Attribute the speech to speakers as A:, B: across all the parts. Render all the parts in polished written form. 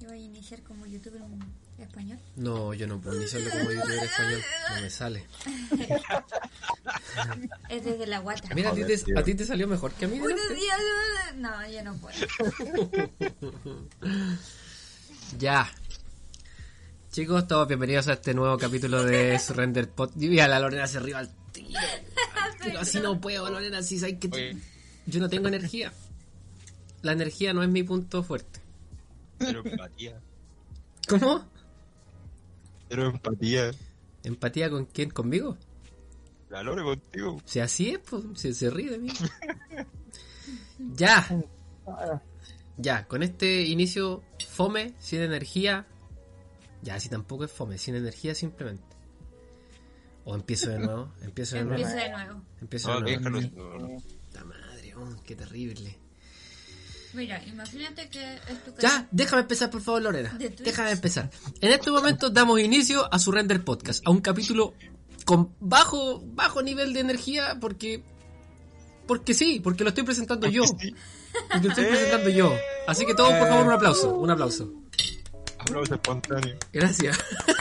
A: vas a iniciar como youtuber en español?
B: No, yo no puedo iniciarlo como youtuber español. No me sale.
A: Es desde la guata.
B: Mira, a ti te salió mejor que a mí.
A: Buenos días. No, yo no puedo.
B: Ya. Chicos, todos bienvenidos a este nuevo capítulo de Surrender Pod. Mira, la Lorena se ríe al tiro. Pero así no puedo, Lorena, así sabes que yo no tengo energía. La energía no es mi punto fuerte.
C: Pero empatía.
B: ¿Cómo?
C: Pero empatía.
B: ¿Empatía con quién? ¿Conmigo?
C: La Lore contigo.
B: Si así es, pues se ríe de mí. Ya. Ya, con este inicio fome, sin energía. Ya, así tampoco es fome, sin energía simplemente. O empiezo de nuevo. Empiezo de nuevo. La madre, qué terrible.
A: Mira, imagínate que es tu
B: Ya, déjame empezar, por favor, Lorena. Déjame empezar. En este momento damos inicio a Surrender Podcast, a un capítulo con bajo nivel de energía, porque sí, porque lo estoy presentando yo. Porque lo estoy presentando yo. Así que todos, por favor, un aplauso.
C: Aplauso espontáneo.
B: Gracias.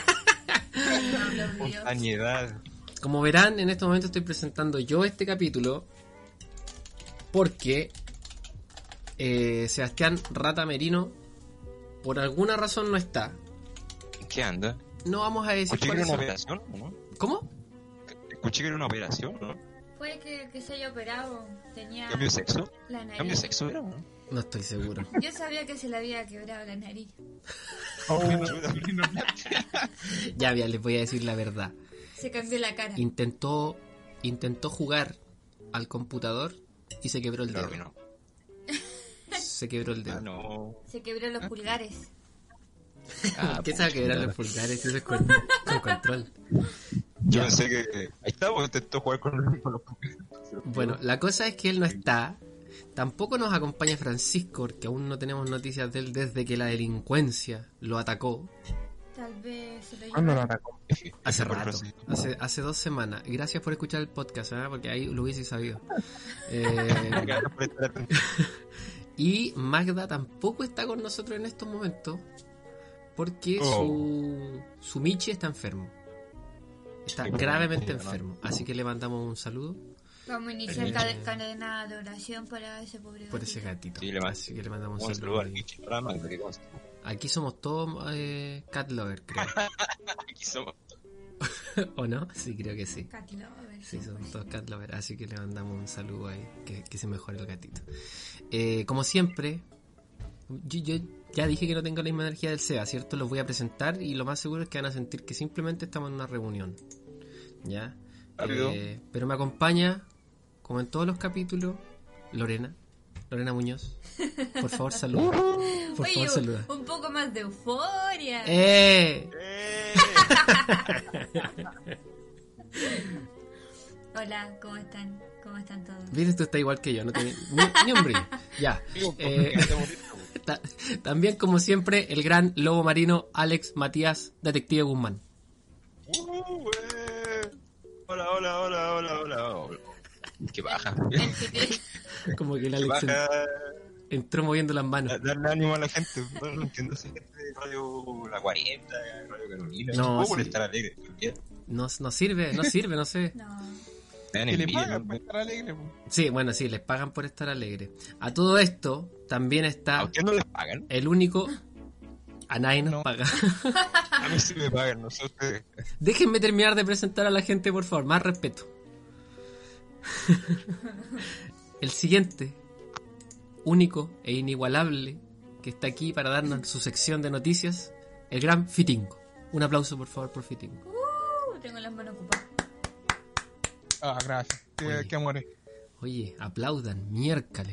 C: Espontaneidad.
B: Como verán, en este momento estoy presentando yo este capítulo porque Sebastián Rata Merino por alguna razón no está.
C: ¿En qué anda?
B: No vamos a decir
C: Escuché que
B: cuál
C: era
B: es.
C: una operación, ¿no?
B: ¿Cómo?
C: Escuché que era una operación, ¿no?
A: Puede que se haya operado. Tenía
C: ¿Cambio de sexo?
A: la nariz.
C: ¿Cambio de sexo era, no?
B: No estoy seguro.
A: Yo sabía que se le había quebrado la nariz.
B: Ya, les voy a decir la verdad.
A: Se cambió la cara.
B: Intentó jugar al computador y se quebró el dedo.
C: No.
B: Se quebró el dedo.
C: Ah, no.
A: Se quebró los pulgares.
B: ¿Qué se va a quebrar los pulgares? Eso es con control.
C: Yo pensé que... Ahí está, porque intentó jugar con los pulgares.
B: Bueno, la cosa es que él no está. Tampoco nos acompaña Francisco, porque aún no tenemos noticias de él desde que la delincuencia lo atacó.
A: Tal vez se lo
D: ¿Cuándo lo
A: llevó.
D: atacó?
B: Hace rato, hace 2 semanas. Gracias por escuchar el podcast, ¿eh? Porque ahí lo hubiese sabido.
C: Gracias por estar atento.
B: Y Magda tampoco está con nosotros en estos momentos porque su Michi está enfermo. Está gravemente enfermo. Así que le mandamos un saludo
A: Vamos a iniciar cadena de oración para ese pobre
B: por ese gatito.
C: Sí,
B: Así que le mandamos
C: Un
B: un
C: saludo
B: saludo.
C: al Michi para Magda, que conste.
B: Aquí somos todos cat lover, creo.
C: Aquí somos.
B: ¿O no? Sí, creo que sí.
A: Cat lover,
B: Sí, somos todos cat lover, así que le mandamos un saludo ahí, que se mejore el gatito. Como siempre, yo ya dije que no tengo la misma energía del SEA, ¿cierto? Los voy a presentar y lo más seguro es que van a sentir que simplemente estamos en una reunión, ¿ya? Pero me acompaña, como en todos los capítulos, Lorena Muñoz. Por favor, saluda. Por
A: Oye,
B: favor, saluda.
A: un poco más de euforia. Hola, ¿cómo están? ¿Cómo están todos?
B: Viste, tú estás igual que yo, no tenés ni un brillo. Ya. También, como siempre, el gran lobo marino Alex Matías, Detective Guzmán.
C: Hola. Qué baja.
B: Como que el Alex entró moviendo las manos.
C: Darle ánimo a la gente. No entiendo si gente de Radio La 40, Radio Carolina.
B: No,
C: ¿Cómo por
B: sí.
C: estar alegre?
B: No sirve, no sé.
A: No.
C: Me dan
D: ¿Que le
C: envidia,
D: pagan
C: ¿no?
D: para estar alegre? Po?
B: Sí, bueno, sí, les pagan por estar alegres. A todo esto, también
C: ¿A
B: está
C: ustedes no les pagan?
B: el único... A nadie nos
D: No.
B: paga.
C: A mí sí me pagan, no sé ustedes.
B: Déjenme terminar de presentar a la gente, por favor. Más respeto. El siguiente, único e inigualable, que está aquí para darnos su sección de noticias, el gran Fitingo. Un aplauso, por favor, por Fitingo.
A: Tengo las manos ocupadas.
D: Ah, gracias.
B: Oye.
D: Qué amores.
B: Oye, aplaudan, miércale.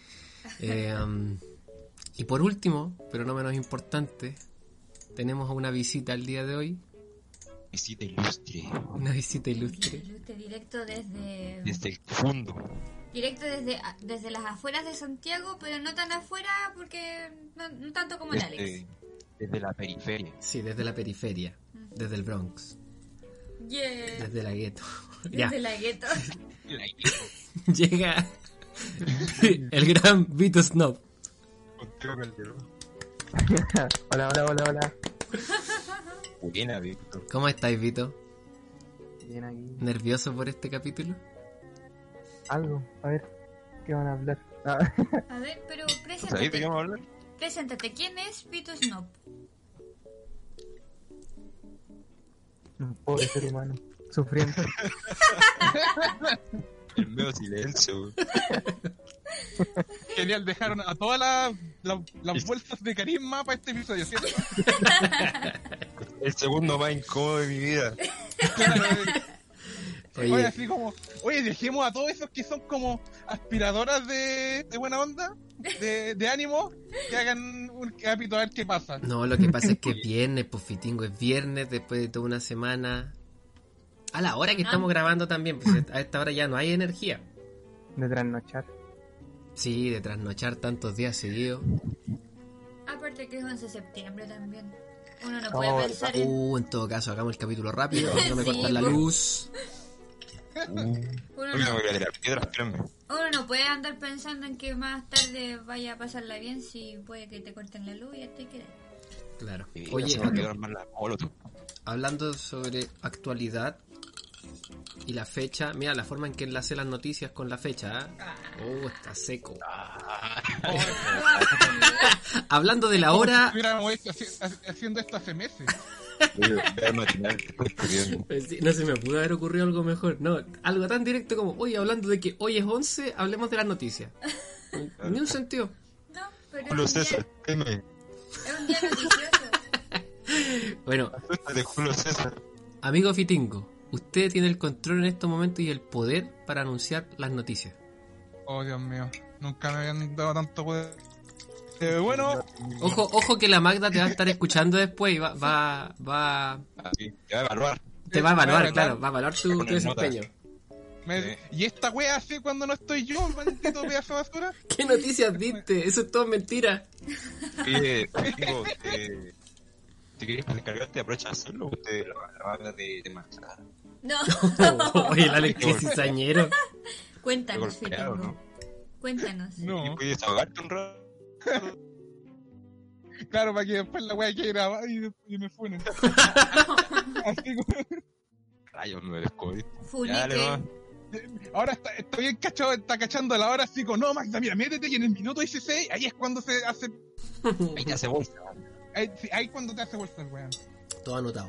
B: Y por último, pero no menos importante, tenemos una visita el día de hoy.
C: Visita ilustre.
B: Una visita ilustre.
A: Directo desde
C: Desde el fondo.
A: Directo desde las afueras de Santiago, pero no tan afuera porque no tanto como el Alex.
C: Desde la periferia.
B: Sí, desde la periferia. Desde el Bronx.
A: Yeah.
B: Desde la gueto.
A: Desde la gueto.
B: Llega el gran Vito Snob.
C: Contigo Calderón.
E: Hola, hola, hola, hola.
C: Buena, Víctor.
B: ¿Cómo estáis, Vito?
E: Bien aquí.
B: ¿Nervioso por este capítulo?
E: Algo, a ver, ¿qué van a hablar? Ah,
A: A ver, pero
C: ¿Sabéis de qué
A: preséntate.
C: vamos a hablar?
A: Preséntate. ¿Quién es Vito Snob?
E: un pobre ser humano, sufriendo.
C: El medio silencio.
D: Genial, dejaron a todas las bolsas de carisma para este episodio, ¿cierto?
C: El segundo más incómodo de mi vida.
D: Oye,
B: Oye,
D: así como, oye, dejemos a todos esos que son como aspiradoras de buena onda, de ánimo, que hagan un capítulo a ver qué pasa.
B: no, lo que pasa es que es viernes, pues Fitingo, es viernes después de toda una semana. A la hora que estamos grabando también, pues a esta hora ya no hay energía.
E: De trasnochar.
B: Sí, de trasnochar tantos días seguidos.
A: Aparte que es 11 de septiembre también. Uno no puede
E: Oh,
A: pensar en...
B: En todo caso, hagamos el capítulo rápido, no me
A: Sí,
B: cortan la
A: pues.
B: luz.
A: Uno
C: Hoy no
A: no,
C: voy a tirar piedras, créanme.
A: uno no puede andar pensando en que más tarde vaya a pasarla bien si puede que te corten la luz y esto y que...
B: Claro.
C: Mi vida
B: Oye,
C: se va a quedar más la molotov.
B: hablando sobre actualidad y la fecha, mira la forma en que enlacé las noticias con la fecha. Está seco. Hablando de la
D: Como
B: hora,
D: si estuviéramos haciendo esto hace meses.
C: Ver matinal, después perdiendo.
B: pues sí, no se me pudo haber ocurrido algo mejor. No, algo tan directo como, oye, hablando de que hoy es 11, hablemos de las noticias. Ni un sentido.
A: No, pero
C: Julio
A: es un,
C: César,
A: día,
C: créeme.
A: es un día noticioso.
B: Bueno,
C: De Julio César.
B: amigo Fitingo, usted tiene el control en estos momentos y el poder para anunciar las noticias.
D: Oh, Dios mío, nunca me habían dado tanto poder. Bueno,
B: Ojo que la Magda te va a estar escuchando después y va
C: Así, te va a evaluar.
B: te va a evaluar,
D: ¿verdad?
B: claro, va a evaluar tu
C: Poner
B: desempeño.
D: ¿y esta wea hace cuando no estoy yo, maldito pedazo de basura?
B: ¿Qué noticias diste? Eso es todo mentira.
C: Oye, amigo, ¿te querés encargarte? Aprovecha de hacerlo. Usted la va de marchar.
A: No.
B: Oye, el Alex, que cizañero.
A: Cuéntanos,
C: golpeado,
A: Fitingo.
C: ¿no?
A: Cuéntanos.
D: No,
C: ¿Puedes desahogarte un rato?
D: claro, para que después la wea quede grabada y me funen. Así como...
C: Rayos, me descubrí.
A: Funique.
C: Dale, va.
D: Ahora está bien cachado, está cachando la hora así como, no, Magda, mira, métete y en el minuto 16, ahí es cuando se hace,
C: Ahí te hace bolsa.
D: ahí es cuando te hace bolsa el weón.
B: Todo anotado.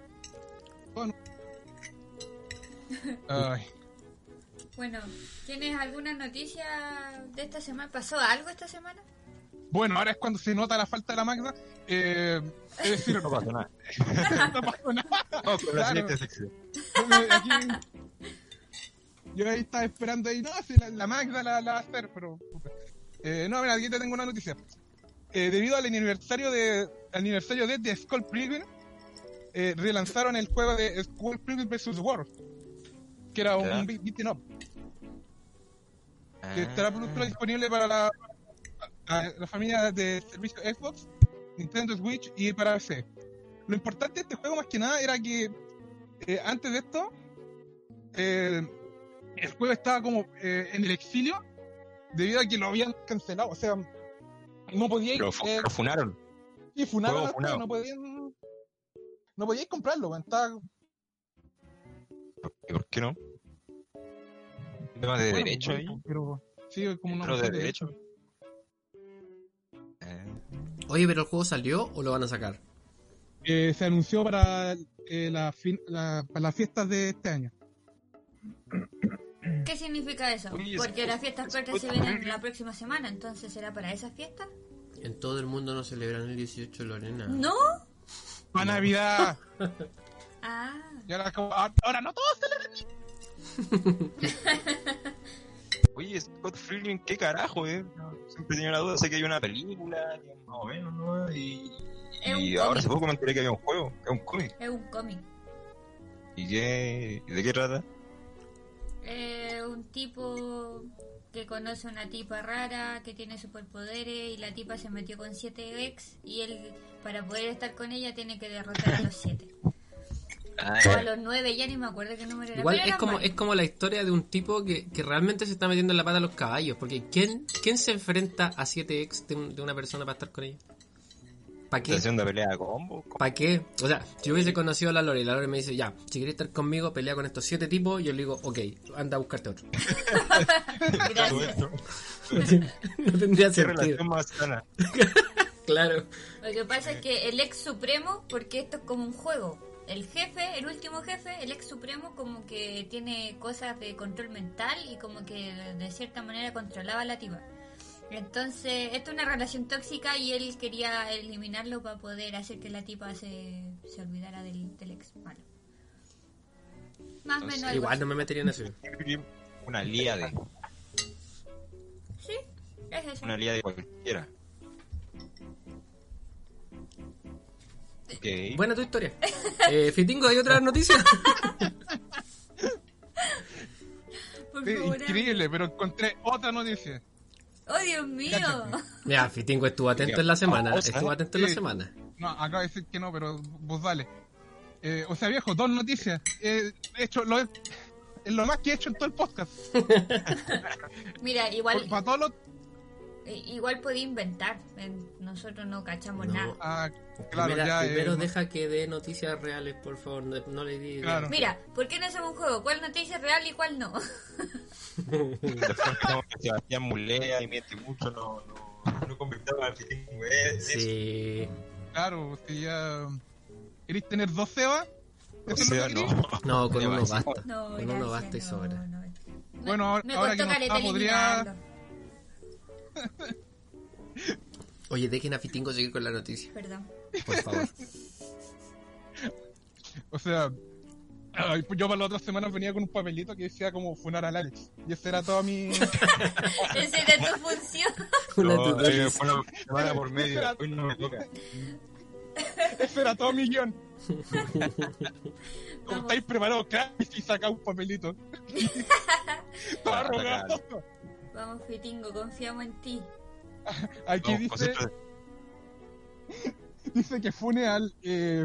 D: Ay,
A: Bueno, ¿tienes alguna noticia de esta semana? ¿Pasó algo esta semana?
D: bueno, ahora es cuando se nota la falta de la Magda, es decir,
C: No pasó nada.
D: no pasó nada.
C: Vamos con la
D: Claro.
C: siguiente sección.
D: Aquí- yo ahí estaba esperando ahí, no, si la Magda la va a hacer, pero... no, mira, aquí te tengo una noticia. Debido al aniversario de The Skull Pilgrim, relanzaron el juego de Skull Pilgrim vs. War, que era
C: Ya.
D: un beat 'em up, que
C: Ah.
D: estará pronto disponible para la familia de servicio Xbox, Nintendo Switch y para PC. Lo importante de este juego más que nada era que antes de esto el juego estaba como en el exilio debido a que lo habían cancelado, o sea, no podíais
C: Lo funaron.
D: y funaron
C: juego
D: al juego,
C: funado.
D: no podíais comprarlo, weón, estaba
C: ¿Y por qué no? ¿Un tema de
D: bueno,
C: derecho
D: bueno,
C: ahí?
D: pero sí, como una
C: ¿Pero de
D: cuestión
C: derecho?
B: Oye, ¿pero el juego salió o lo van a sacar?
D: Se anunció para para las fiestas de este año.
A: ¿Qué significa eso?
C: Oye,
A: Porque
C: es-
A: las fiestas
C: es-
A: cortas se vienen la próxima semana, entonces ¿será para esas fiestas?
B: En todo el mundo no celebran el 18, Lorena.
A: ¿No?
D: ¡Para Navidad!
A: Ah,
D: Y ahora no todos celebran.
C: Oye, Scott Pilgrim, ¿qué carajo, Siempre tenía la duda, sé que hay una película, que más o menos, ¿no?
A: Es
C: Y
A: un
C: ahora
A: cómic.
C: hace poco me enteré que había un juego, es un cómic.
A: es un cómic.
C: ¿Y de qué trata?
A: Un tipo que conoce a una tipa rara que tiene superpoderes y la tipa se metió con 7 ex y él para poder estar con ella tiene que derrotar a los 7 o a los 9, ya ni me acuerdo qué número era.
B: Igual
A: pero
B: es
A: eran
B: como,
A: varios.
B: es como la historia de un tipo que realmente se está metiendo en la pata a los caballos. Porque ¿quién se enfrenta a 7 ex de una persona para estar con ella? ¿Para qué?
C: Estación de pelea de combo.
B: ¿Para qué? O sea, si yo hubiese conocido a la Lore y la Lore me dice, ya, si querés estar conmigo, pelea con estos 7 tipos, yo le digo, ok, anda a buscarte otro.
A: Gracias.
B: No tendría
C: ¿Qué
B: sentido.
C: relación más sana?
B: Claro.
A: Lo que pasa es que el ex supremo, porque esto es como un juego, el jefe, el último jefe, el ex supremo como que tiene cosas de control mental y como que de cierta manera controlaba a la tipa. Entonces, esto es una relación tóxica y él quería eliminarlo para poder hacer que la tipa se olvidara del ex malo. Más o menos algo
B: Igual
A: así.
B: no me metería en eso.
C: Una lía de.
A: Sí, es eso.
C: Una lía de cualquiera. Ok.
B: Buena tu historia. Fitingo, ¿hay otras noticias?
A: Por
D: Sí,
A: favor,
D: increíble, pero encontré otra noticia.
A: ¡Oh, Dios mío!
D: Cáchate.
B: Mira, Fitingo estuvo atento en la semana.
C: Vamos,
B: Estuvo atento en la
D: sí.
B: semana.
D: No, acabo de decir que no, pero vos dale. O sea, viejo, 2 noticias. He hecho es lo más que he hecho en todo el podcast.
A: Mira, igual
D: Para todos los...
A: igual podía inventar. Nosotros no cachamos
B: No.
A: nada.
D: Ah, claro,
B: Primero,
D: ya...
B: primero deja que dé noticias reales, por favor. No le digas.
D: Claro.
A: Mira, ¿por qué no hacemos un juego? ¿Cuál noticia es real y cuál no?
C: Después tenemos que Sebastián mulea y miente mucho, no convirtamos al fitín.
B: Sí.
D: Claro, si ya... ¿Queréis tener 2 Sebas?
C: O
D: ¿Eso es
C: sea,
D: lo que queréis?
B: No, con uno
C: Demasiado.
B: basta.
A: No,
B: Con uno basta y sobra.
D: Bueno, ahora
A: me
D: que
A: costó
D: no
A: caleta
D: está, podría...
A: eliminarlo.
B: Oye, dejen a Fitingo seguir con la noticia,
A: Perdón.
B: por favor.
D: O sea... ay, pues yo para las otras semanas venía con un papelito que decía como funar al Alex. Y ese era todo mi...
A: Esa era tu función.
B: Una
C: No,
B: tutorial.
C: fue una semana por medio, después no me toca.
D: ese era todo mi guión. ¿Cómo
A: Vamos.
D: estáis preparados? Claro, y saca un papelito. Todo arrugado.
A: Vamos, Fitingo, confiamos en ti.
D: Aquí
C: No,
D: dice,
C: cositas-
D: dice que fune al...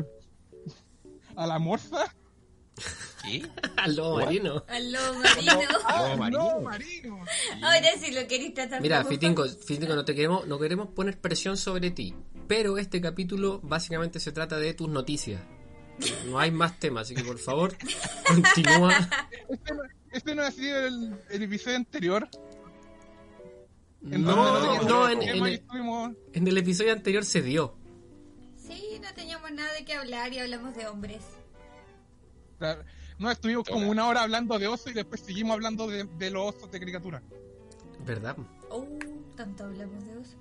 D: a la morsa.
C: ¿Qué?
B: Al lobo marino.
A: Al lobo marino.
D: Ah,
C: marino.
D: no, marino.
A: Ahora sí lo querés tratar
B: Mira,
A: como
B: Fitingo, no queremos poner presión sobre ti. Pero este capítulo básicamente se trata de tus noticias. No hay más temas, así que por favor, continúa.
D: Este no ha sido el episodio anterior.
B: No,
D: estuvimos...
B: en el episodio anterior se dio.
A: Sí, no teníamos nada de qué hablar y hablamos de hombres.
D: No, estuvimos como 1 hora hablando de oso y después seguimos hablando de los osos de caricatura.
B: ¿Verdad?
A: Tanto hablamos de eso.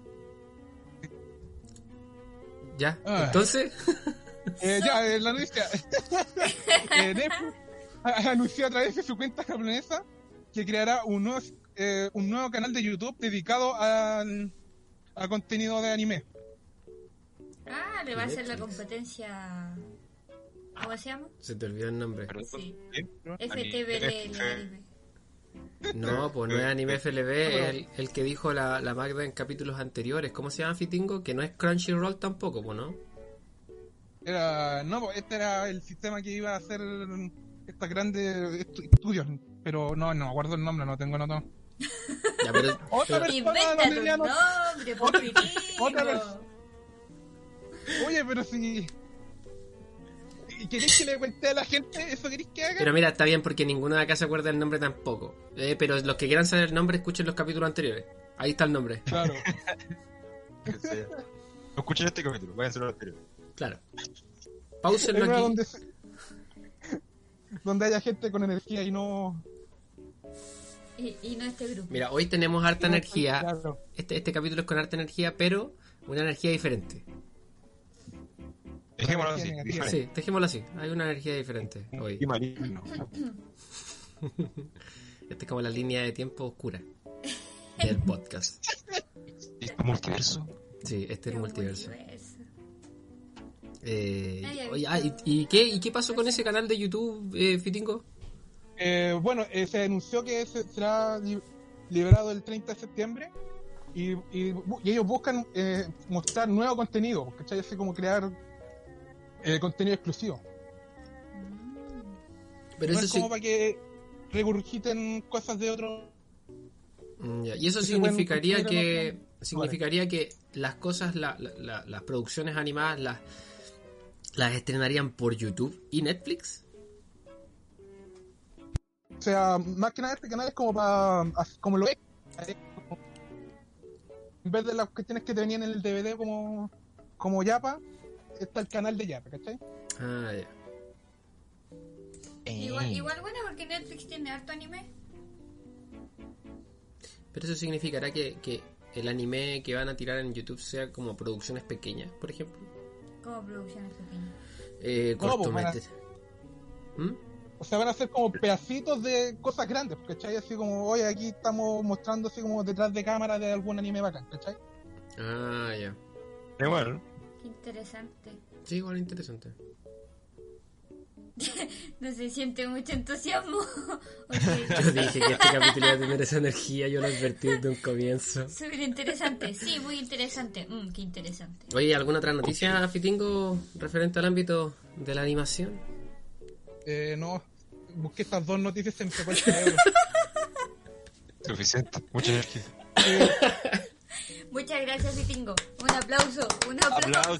B: Ya,
D: Ah.
B: entonces...
D: La noticia. Netflix anunció a través de su cuenta japonesa que creará un nuevo canal de YouTube dedicado a contenido de anime.
A: Ah, le va a hacer la competencia. ¿Cómo se llama?
B: Se te olvidó el nombre.
C: Pero
A: Sí.
C: ¿qué?
A: FTVL.
B: No, pues no es Anime FLB, es el que dijo la Magda en capítulos anteriores. ¿Cómo se llama, Fitingo? Que no es Crunchyroll tampoco, pues, ¿no?
D: Este era el sistema que iba a hacer estas grandes estudios, pero no me acuerdo el nombre, no tengo notado.
B: Ya, pero,
D: Otra persona,
A: Invéntate un
D: Emiliano.
A: nombre, por
D: Otra
A: Fitingo.
D: persona. Oye, pero si... ¿Queréis que le cuente a la gente eso queréis que haga?
B: pero mira, está bien porque ninguno de acá se acuerda del nombre tampoco. Pero los que quieran saber el nombre, escuchen los capítulos anteriores. Ahí está el nombre.
D: Claro.
C: Que sea. No escuchen este capítulo, váyanse a los anteriores.
B: Claro.
D: Es
B: Páusenlo
D: una
B: aquí.
D: donde haya gente con energía y no...
A: Y no este grupo.
B: Mira, hoy tenemos harta energía.
D: Claro.
B: Este capítulo es con harta energía, pero una energía diferente.
C: Dejémoslo así,
D: Energía
C: diferente.
B: Sí, dejémoslo así. Hay una energía diferente hoy.
C: Y maligno.
B: Esta es como la línea de tiempo oscura del podcast.
C: ¿Es multiverso?
B: Sí, este es el multiverso.
A: Ay,
B: Oye, ¿y qué pasó con ese canal de YouTube, Fitingo?
D: Se anunció que será liberado el 30 de septiembre y ellos buscan mostrar nuevo contenido, ¿cachai? Así como crear contenido exclusivo.
B: Pero
D: No
B: eso
D: es
B: sí,
D: como para que regurgiten cosas de otro...
B: ya, y eso
D: Ese
B: significaría
D: buen
B: que significaría que las cosas, las producciones animadas las estrenarían por YouTube y Netflix.
D: O sea, más que nada este canal es como para... como lo es. En vez de las cuestiones que te venían en el DVD como Yapa, está el canal de Yapa, ¿cachai?
B: Ah, ya.
A: Igual bueno, porque Netflix tiene harto anime.
B: Pero eso significará que el anime que van a tirar en YouTube sea como producciones pequeñas, por ejemplo.
A: Como producciones pequeñas.
B: Cortometrajes.
D: O sea, van a ser como pedacitos de cosas grandes, ¿cachai? Así como, oye, aquí estamos mostrando así como detrás de cámara de algún anime bacán, ¿cachai?
B: Ah, ya.
C: Igual.
A: Qué interesante.
B: Sí, igual interesante.
A: No se siente mucho entusiasmo.
B: Yo dije que este capítulo iba a tener esa energía, yo lo advertí desde un comienzo.
A: Súper interesante, sí, muy interesante. Qué interesante.
B: Oye, ¿alguna otra noticia, Fitingo, referente al ámbito de la animación?
D: No, busqué estas 2 noticias y se me fue el cerebro.
C: Suficiente, mucha energía.
A: Muchas gracias, Fitingo. Un aplauso, un aplauso.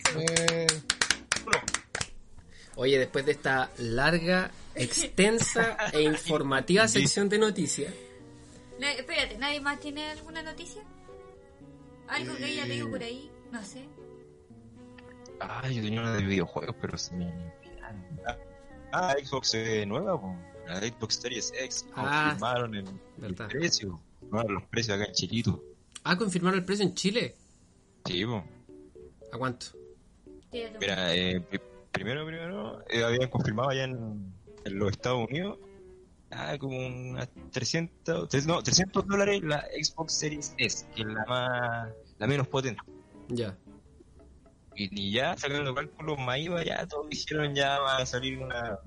B: Oye, después de esta larga, extensa e informativa sección de noticias.
A: Espérate, ¿nadie más tiene alguna noticia? ¿Algo que haya leído por ahí? No sé.
C: Yo tenía una de videojuegos, pero se me olvidaron. Xbox nueva, po. La Xbox Series X. Confirmaron el precio. Confirmaron los precios acá en Chilito.
B: ¿Confirmaron el precio en Chile?
C: Sí, po.
B: ¿A cuánto?
C: Mira, primero habían confirmado allá en los Estados Unidos como unas $300 la Xbox Series S, que es la menos potente.
B: Ya.
C: Y ya sacando cálculos más IVA, ya todos dijeron ya va a salir una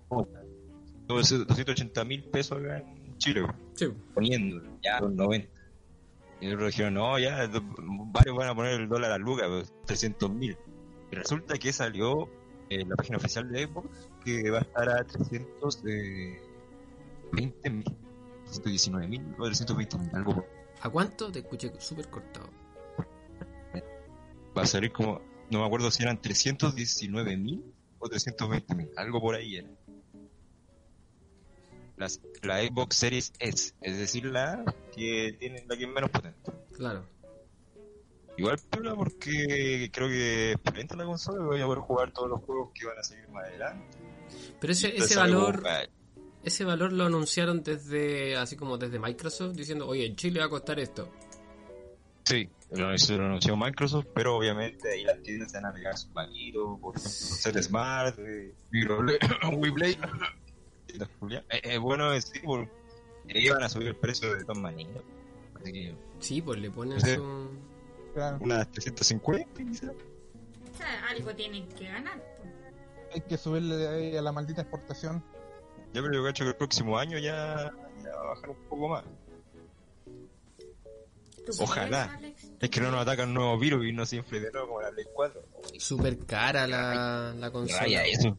C: 280,000 pesos acá en Chile,
B: sí.
C: Poniendo ya los 90. Y otros dijeron, no, ya varios van a poner el dólar a lucas, 300,000. Y resulta que salió en la página oficial de Xbox que va a estar a 320,000, 319,000 o 320,000, algo por.
B: ¿A cuánto? Te escuché súper cortado.
C: Va a salir como, no me acuerdo si eran 319,000 o 320,000, algo por ahí era. La Xbox Series S, es decir, la que es menos potente.
B: Claro.
C: Igual piola porque creo que es potente la consola y voy a poder jugar todos los juegos que van a salir más adelante.
B: Pero ese valor lo anunciaron desde Microsoft diciendo, oye, en Chile va a costar esto.
C: Sí, lo anunció Microsoft, pero obviamente ahí las tiendas se van a pegar su manito, por ejemplo, Set Smart, WePlay. Bueno, sí, porque iban a subir el precio de todas maneras. Así que,
B: sí, pues le ponen
C: unas 350 quizás.
A: O sea, algo tienen que ganar.
D: Hay que subirle ahí a la maldita exportación.
C: Yo creo que el próximo año ya va a bajar un poco más. Ojalá. Es que no nos atacan nuevos virus y no se infle de nuevo como la Play 4.
B: Súper cara la consola.
C: Vaya eso.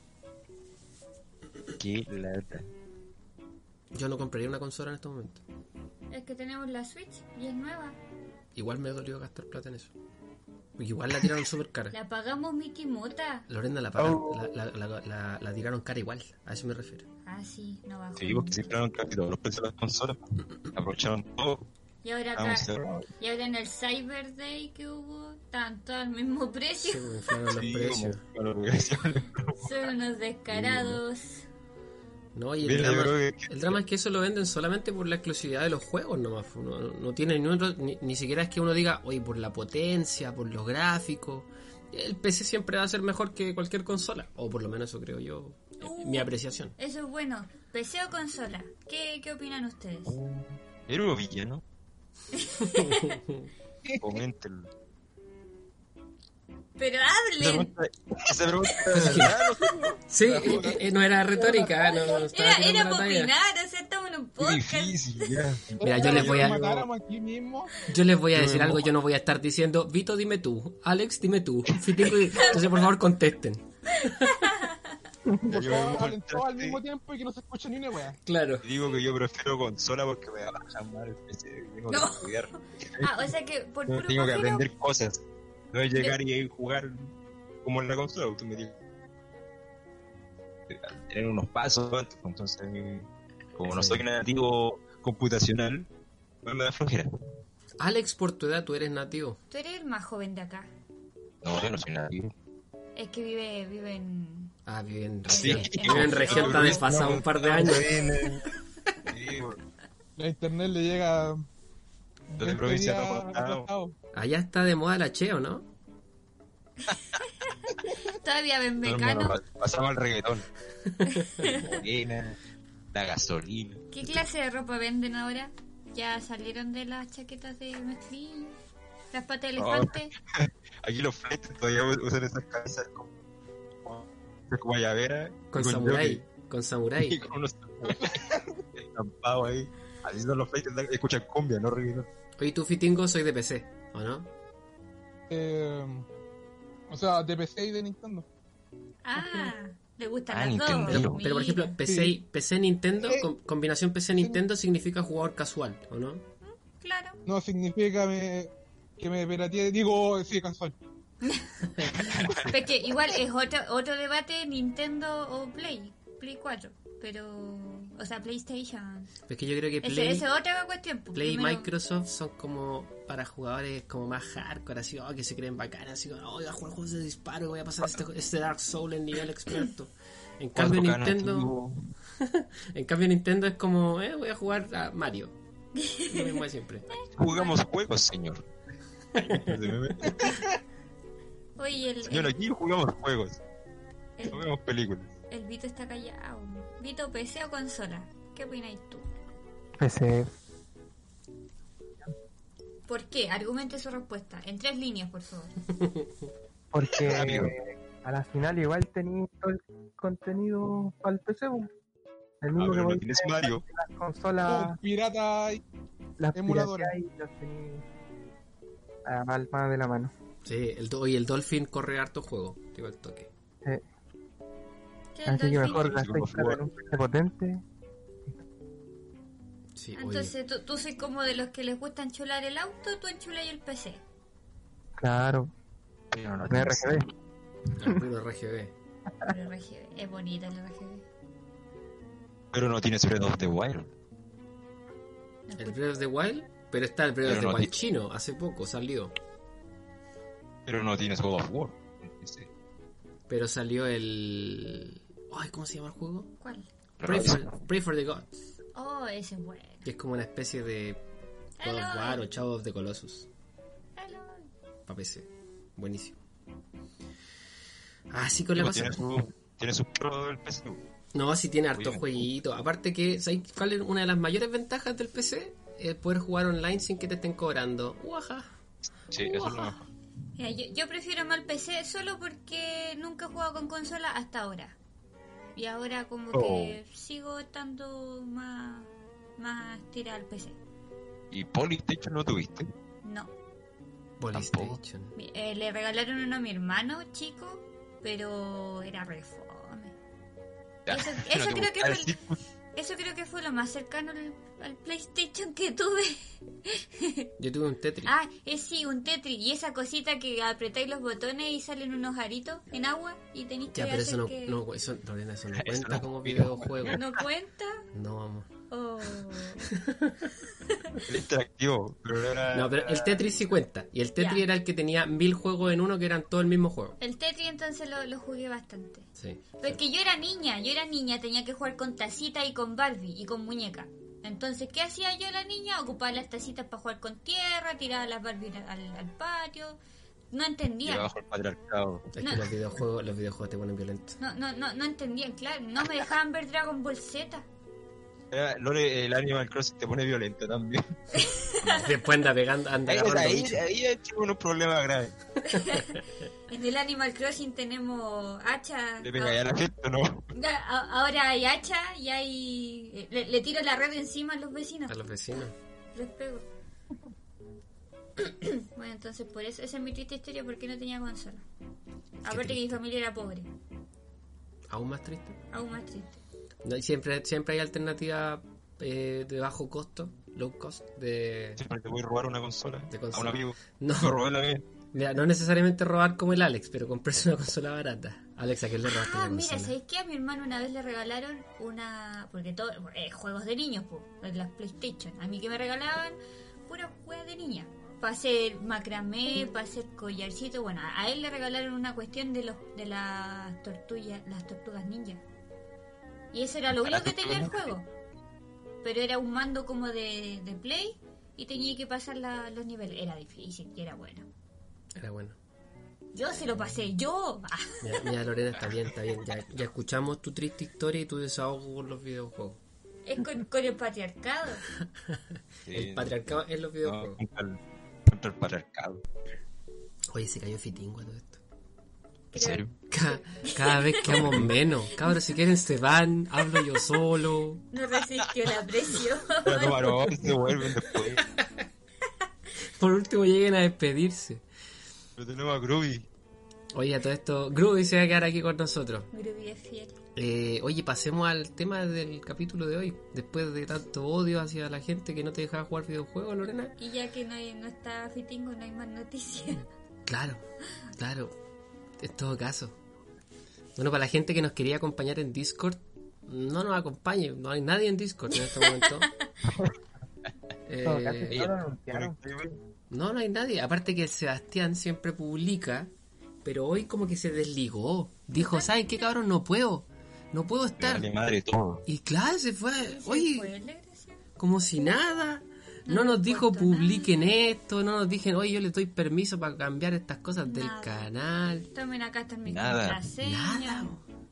C: Qué lata.
B: Yo no compraría una consola en este momento.
A: Es que tenemos la Switch y es nueva.
B: Igual me dolió gastar plata en eso. Porque igual la tiraron súper cara.
A: La pagamos Miki Mota.
B: Lorena la pagaron, la tiraron cara igual, a eso me refiero.
A: Ah, sí, no bajó.
C: Sí, porque siempre eran casi todos los precios de las consolas. Aprovecharon todo.
A: Y ahora en el Cyber Day que hubo, tanto al mismo precio.
B: Sí, los precios.
A: Son unos descarados.
B: No, y el drama es que eso lo venden solamente por la exclusividad de los juegos nomás. No tiene ni siquiera es que uno diga, oye, por la potencia, por los gráficos. El PC siempre va a ser mejor que cualquier consola. O por lo menos eso creo yo, mi apreciación.
A: Eso es bueno. ¿PC o consola? ¿Qué opinan ustedes?
C: Era un villano. Coméntenlo.
A: Pero hablen.
C: Esa pregunta
B: sí, no era retórica, no estaba
A: era para opinar, o sea, estamos en un podcast.
C: Difícil, ya.
B: Mira, yo les voy a decir algo, yo no voy a estar diciendo, Vito, dime tú, Alex, dime tú, Fitingo, entonces por favor contesten.
D: Por
C: Yo
D: favor,
C: mismo
D: hablen todos al
C: entraste
D: mismo tiempo y que no se escuche ni una wea.
B: Claro.
C: y digo que yo prefiero consola porque me va a llamar el PC. Tengo que
A: No.
C: estudiar.
A: O sea que por
C: No,
A: puro
C: tengo que
A: pajero,
C: aprender cosas. No es llegar y jugar como en la consola. Tú me tienes que tener unos pasos antes. Entonces, como no
B: Sí.
C: soy nativo computacional, pues me da flojera.
B: Alex, por tu edad, tú eres nativo.
A: tú eres el más joven de acá.
C: No, yo no soy nativo.
A: Es que vive en...
B: Ah, bien.
C: Sí.
B: Vive en región, está desfasado un par de años.
C: Sí,
D: La internet le llega.
C: Yo de provincia no contado.
B: Allá está de moda la cheo, ¿no?
A: Todavía ven
C: Todo el
A: Mecano.
C: mundo pasamos al reggaetón. La morena, la gasolina.
A: ¿Qué clase de ropa venden ahora? ¿Ya salieron de las chaquetas de mezclilla? ¿Las patas de elefante?
C: Aquí los fletes todavía usan esas camisas como guayabera.
B: Con
C: y
B: samurái.
C: jockey,
B: Con
C: Y
B: samurái.
C: con unos estampados ahí. Así son los fletes, escuchan cumbia, no reggaetón.
B: Oye, tú, Fitingo, soy de PC, ¿o no?
D: O sea, de PC y de Nintendo.
A: Ah, le gustan
C: Ah,
A: las
C: Nintendo.
A: dos.
B: Pero por ejemplo,
A: Mira.
B: PC Nintendo, combinación PC Nintendo significa jugador casual, ¿o no?
A: Claro.
D: No significa que me pirateé. Digo, sí, casual.
A: Porque igual es otro debate Nintendo o Play 4. Pero, o sea, PlayStation.
B: Es que yo creo que
A: Esa es otra cuestión. pues,
B: Play y
A: primero-
B: Microsoft son como para jugadores como más hardcore, así que se creen bacanas, así como, voy a jugar juegos de disparo, voy a pasar este Dark Souls en nivel experto. En cambio Nintendo, en cambio Nintendo es como, voy a jugar a Mario. Lo mismo de siempre.
C: Jugamos juegos, señor.
A: Oye,
C: Señor, aquí jugamos juegos.
A: el,
C: No vemos películas.
A: el Vito está callado. Vito, ¿PC o consola? ¿Qué opináis tú?
E: PC.
A: ¿Por qué? Argumente su respuesta. En 3 líneas, por favor.
E: Porque
C: Amigo.
E: a la final igual tenía todo el contenido para el PC. po. El mismo que
C: Pero no
E: podía
C: tienes
E: tener
C: Mario.
E: las consolas,
D: Pirata.
E: las
D: emuladores.
E: pirateas y los tenía a la palma de la mano.
B: Sí, y el Dolphin corre harto juego, digo el toque.
E: Eh,
A: ¿Qué es
E: así que
A: Dolphin?
E: mejor la
C: Sí, como
E: instalar en un PC potente.
B: Sí, oye,
A: Entonces, ¿tú soy como de los que les gusta enchular el auto, tú enchulas el PC.
E: Claro,
C: Pero no
E: en
C: tienes-
E: RGB.
B: el puro RGB.
A: El RGB. Es bonito el RGB.
C: Pero no tienes Breath of the Wild.
B: El Breath of the Wild, pero está el Breath of
C: Pero
B: the
C: no
B: Wild
C: ti-
B: chino, hace poco salió.
C: Pero no tienes God of War. Sí.
B: Pero salió el... Ay, ¿cómo se llama el juego?
A: ¿Cuál?
B: Pray for the Gods,
A: Oh, ese es bueno.
B: que es como una especie de God of War o Shadow of the Colossus
A: Hello.
B: para PC. Buenísimo. Así con la cosa.
C: Tiene su pro del PC.
B: No, sí tiene harto
C: Oye.
B: jueguito. Aparte que, ¿sabes cuál es una de las mayores ventajas del PC? Es poder jugar online sin que te estén cobrando. Uaja.
C: Sí, eso es lo mejor.
A: Mira, yo prefiero más el PC solo porque nunca he jugado con consola hasta ahora. Y ahora como que sigo estando más tirada al PC.
C: ¿Y PlayStation no tuviste?
A: No.
B: PlayStation.
A: Le regalaron uno a mi hermano chico, pero era re fome. Eso
C: No te
A: creo que
C: gusta el
A: fue-
C: circo.
A: Eso creo que fue lo más cercano al PlayStation que tuve.
B: Yo tuve un Tetris.
A: Ah, sí, un Tetris. Y esa cosita que apretáis los botones y salen unos aritos en agua y tenéis que
B: Ya, pero
A: hacer
B: eso no,
A: que...
B: no, eso, Lorena, eso no
C: Eso
B: cuenta
C: no
B: como
C: es
B: videojuego.
A: ¿No cuenta?
B: No, amor.
A: Oh.
C: Era interactivo, pero era...
B: No, pero el Tetris sí cuenta. Y el Tetris
A: Ya.
B: era el que tenía 1000 juegos en uno que eran todo el mismo juego.
A: El Tetris entonces lo jugué bastante.
B: Sí.
A: Porque yo era niña, tenía que jugar con tacita y con Barbie y con muñeca. Entonces, ¿qué hacía yo la niña? Ocupaba las tacitas para jugar con tierra, tiraba las Barbie al patio. No
C: Y
A: entendían.
C: abajo el patriarcado.
B: Es
A: No.
B: que los videojuegos te ponen violento.
A: No entendían, claro. No me dejaban ver Dragon Ball Z.
C: Lore, el Animal Crossing te pone violento también.
B: Después anda pegando, anda agarrando
C: Ahí
B: bichos.
C: tengo unos problemas graves.
A: En el Animal Crossing tenemos hacha.
C: Le pega ya a la gente, ¿no?
A: Ahora hay hacha y hay... Le tiro la red encima a los vecinos.
B: A los vecinos.
A: Les pego. Bueno, entonces por eso, esa es mi triste historia porque no tenía consola. Aparte que mi
B: triste.
A: familia era pobre.
B: Aún más triste.
A: Aún más triste.
B: No, y siempre hay alternativas de bajo costo, low cost,
C: Siempre te voy a robar una consola
B: De
C: a
B: consola.
C: un amigo.
B: No.
C: Me robé la mía.
B: Mira, no necesariamente robar como el Alex, pero comprarse una consola barata. Alex, ¿a quién le robaste la
A: Ah, mira,
B: consola?
A: ¿sabéis qué? A mi hermano una vez le regalaron una... Porque todo... juegos de niños, pues, las PlayStation. A mí que me regalaban puras juegos de niña. Para hacer macramé, para hacer collarcito. Bueno, a él le regalaron una cuestión de las tortugas ninja. Y eso era lo único que tenía el juego. Pero era un mando como de Play y tenía que pasar los niveles. Era difícil y era bueno.
B: Era bueno.
A: Yo se lo pasé, yo. Ah,
B: Mira, Lorena, está bien. Ya escuchamos tu triste historia y tu desahogo con los videojuegos.
A: es con el patriarcado.
C: Sí,
B: El patriarcado en los
C: no,
B: videojuegos.
C: contra el patriarcado.
B: Oye, se cayó Fitingo todo esto.
C: ¿En serio?
B: Cada vez quedamos menos. Cabros, si quieren se van, hablo yo solo.
A: No resistió la presión.
C: Pero tomaron, se vuelven después.
B: Por último lleguen a despedirse.
C: Pero tenemos a Groovy.
B: Oye, a todo esto, Groovy se va a quedar aquí con nosotros.
A: Groovy es fiel.
B: Oye, pasemos al tema del capítulo de hoy. Después de tanto odio hacia la gente que no te dejaba jugar videojuegos, Lorena.
A: Y ya que no está Fitingo, no hay más noticias.
B: Claro. En todo caso. Bueno, para la gente que nos quería acompañar en Discord, no nos acompañe. No hay nadie en Discord en este momento.
E: En todo caso, ya lo anunciaron.
B: No hay nadie. Aparte que Sebastián siempre publica, pero hoy como que se desligó. Dijo, ¿saben qué, cabrón? No puedo estar.
C: Dale madre todo.
B: Y claro, se fue.
A: Fue
B: Oye,
A: el desgraciado.
B: como si nada. No
A: No
B: nos
A: le
B: dijo
A: importa
B: publiquen esto, no nos dijeron, oye, yo les doy permiso para cambiar estas cosas del
A: Nada.
B: canal.
A: Tomen acá está mi
C: Nada.
A: contraseña.
B: Nada.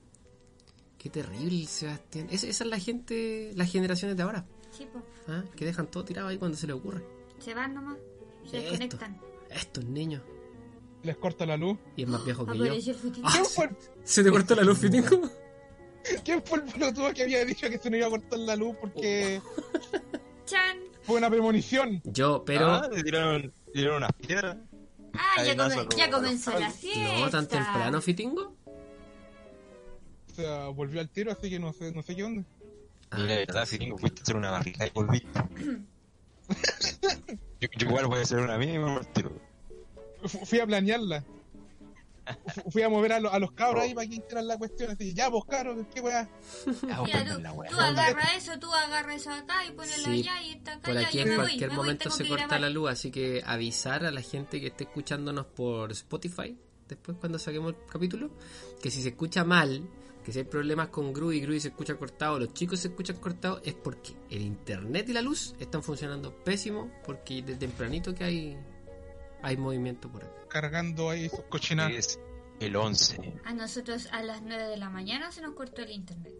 B: Qué terrible, Sebastián. Esa es la gente, las generaciones de ahora,
A: Sí, po.
B: ¿ah? Que dejan todo tirado ahí cuando se les ocurre.
A: Se van nomás. Se
B: Esto.
A: desconectan.
B: Estos niños.
D: Les corta la luz.
B: Y es más viejo que yo.
A: Apareció el Fitingo.
B: Ah, ¿se te cortó la luz, Fitingo?
D: ¿Quién fue el pelotudo que había dicho que se nos iba a cortar la luz porque
A: ¡Chan!
D: fue una premonición?
B: Yo, pero
C: Le tiraron unas piedras.
A: Ah, ya,
C: Además,
A: ya comenzó la fiesta.
B: no tan temprano, Fitingo.
D: O sea, volvió al tiro, así que no sé qué onda.
C: Y la verdad, Firingo, fuiste a hacer una barriga y volviste. yo igual voy a hacer una mía y me voy al tiro.
D: Fui a planearla. Fui a mover a los cabros ahí para que hicieran la cuestión. Así, ya, vos cabros, qué weá.
A: Mira, tú agarra eso acá y ponelo
B: Sí,
A: allá y está acá.
B: Por
A: ya,
B: aquí
A: yo
B: en
A: me voy,
B: cualquier
A: me voy,
B: momento
A: tengo
B: se
A: que
B: corta
A: grabar.
B: la luz, así que avisar a la gente que esté escuchándonos por Spotify, después cuando saquemos el capítulo, que si se escucha mal, que si hay problemas con Groovy se escucha cortado, los chicos se escuchan cortados, es porque el internet y la luz están funcionando pésimo, porque desde tempranito que hay movimiento por ahí.
D: Cargando ahí sus cochinadas.
C: Es el 11.
A: A nosotros a las 9 de la mañana se nos cortó el internet.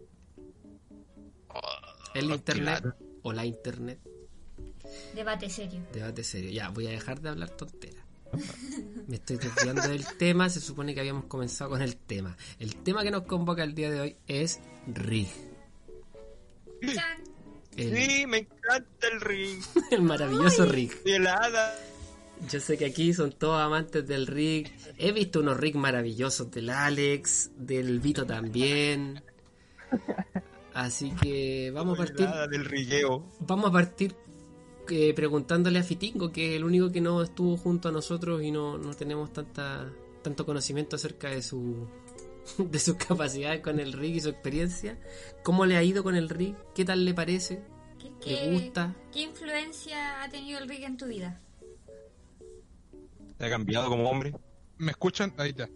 B: El internet
C: claro.
B: o la internet,
A: Debate serio.
B: debate serio. Ya, voy a dejar de hablar tonteras. Me estoy desviando del tema, se supone que habíamos comenzado con el tema. El tema que nos convoca el día de hoy es Rig.
A: ¡Chan!
C: Sí, me encanta el ring.
B: El maravilloso Rig.
C: Y el hada.
B: Yo sé que aquí son todos amantes del Rig. He visto unos Rig maravillosos del Alex, del Vito también. Así que vamos a
C: El
B: partir.
C: hada del rigueo.
B: Vamos a partir preguntándole a Fitingo, que es el único que no estuvo junto a nosotros y no tenemos tanto conocimiento acerca de de sus capacidades con el Rig y su experiencia. ¿Cómo le ha ido con el Rig? ¿Qué tal le parece? ¿Le gusta?
A: ¿Qué influencia ha tenido el Rig en tu vida?
C: ¿Te ha cambiado como hombre?
D: ¿Me escuchan? Ahí está.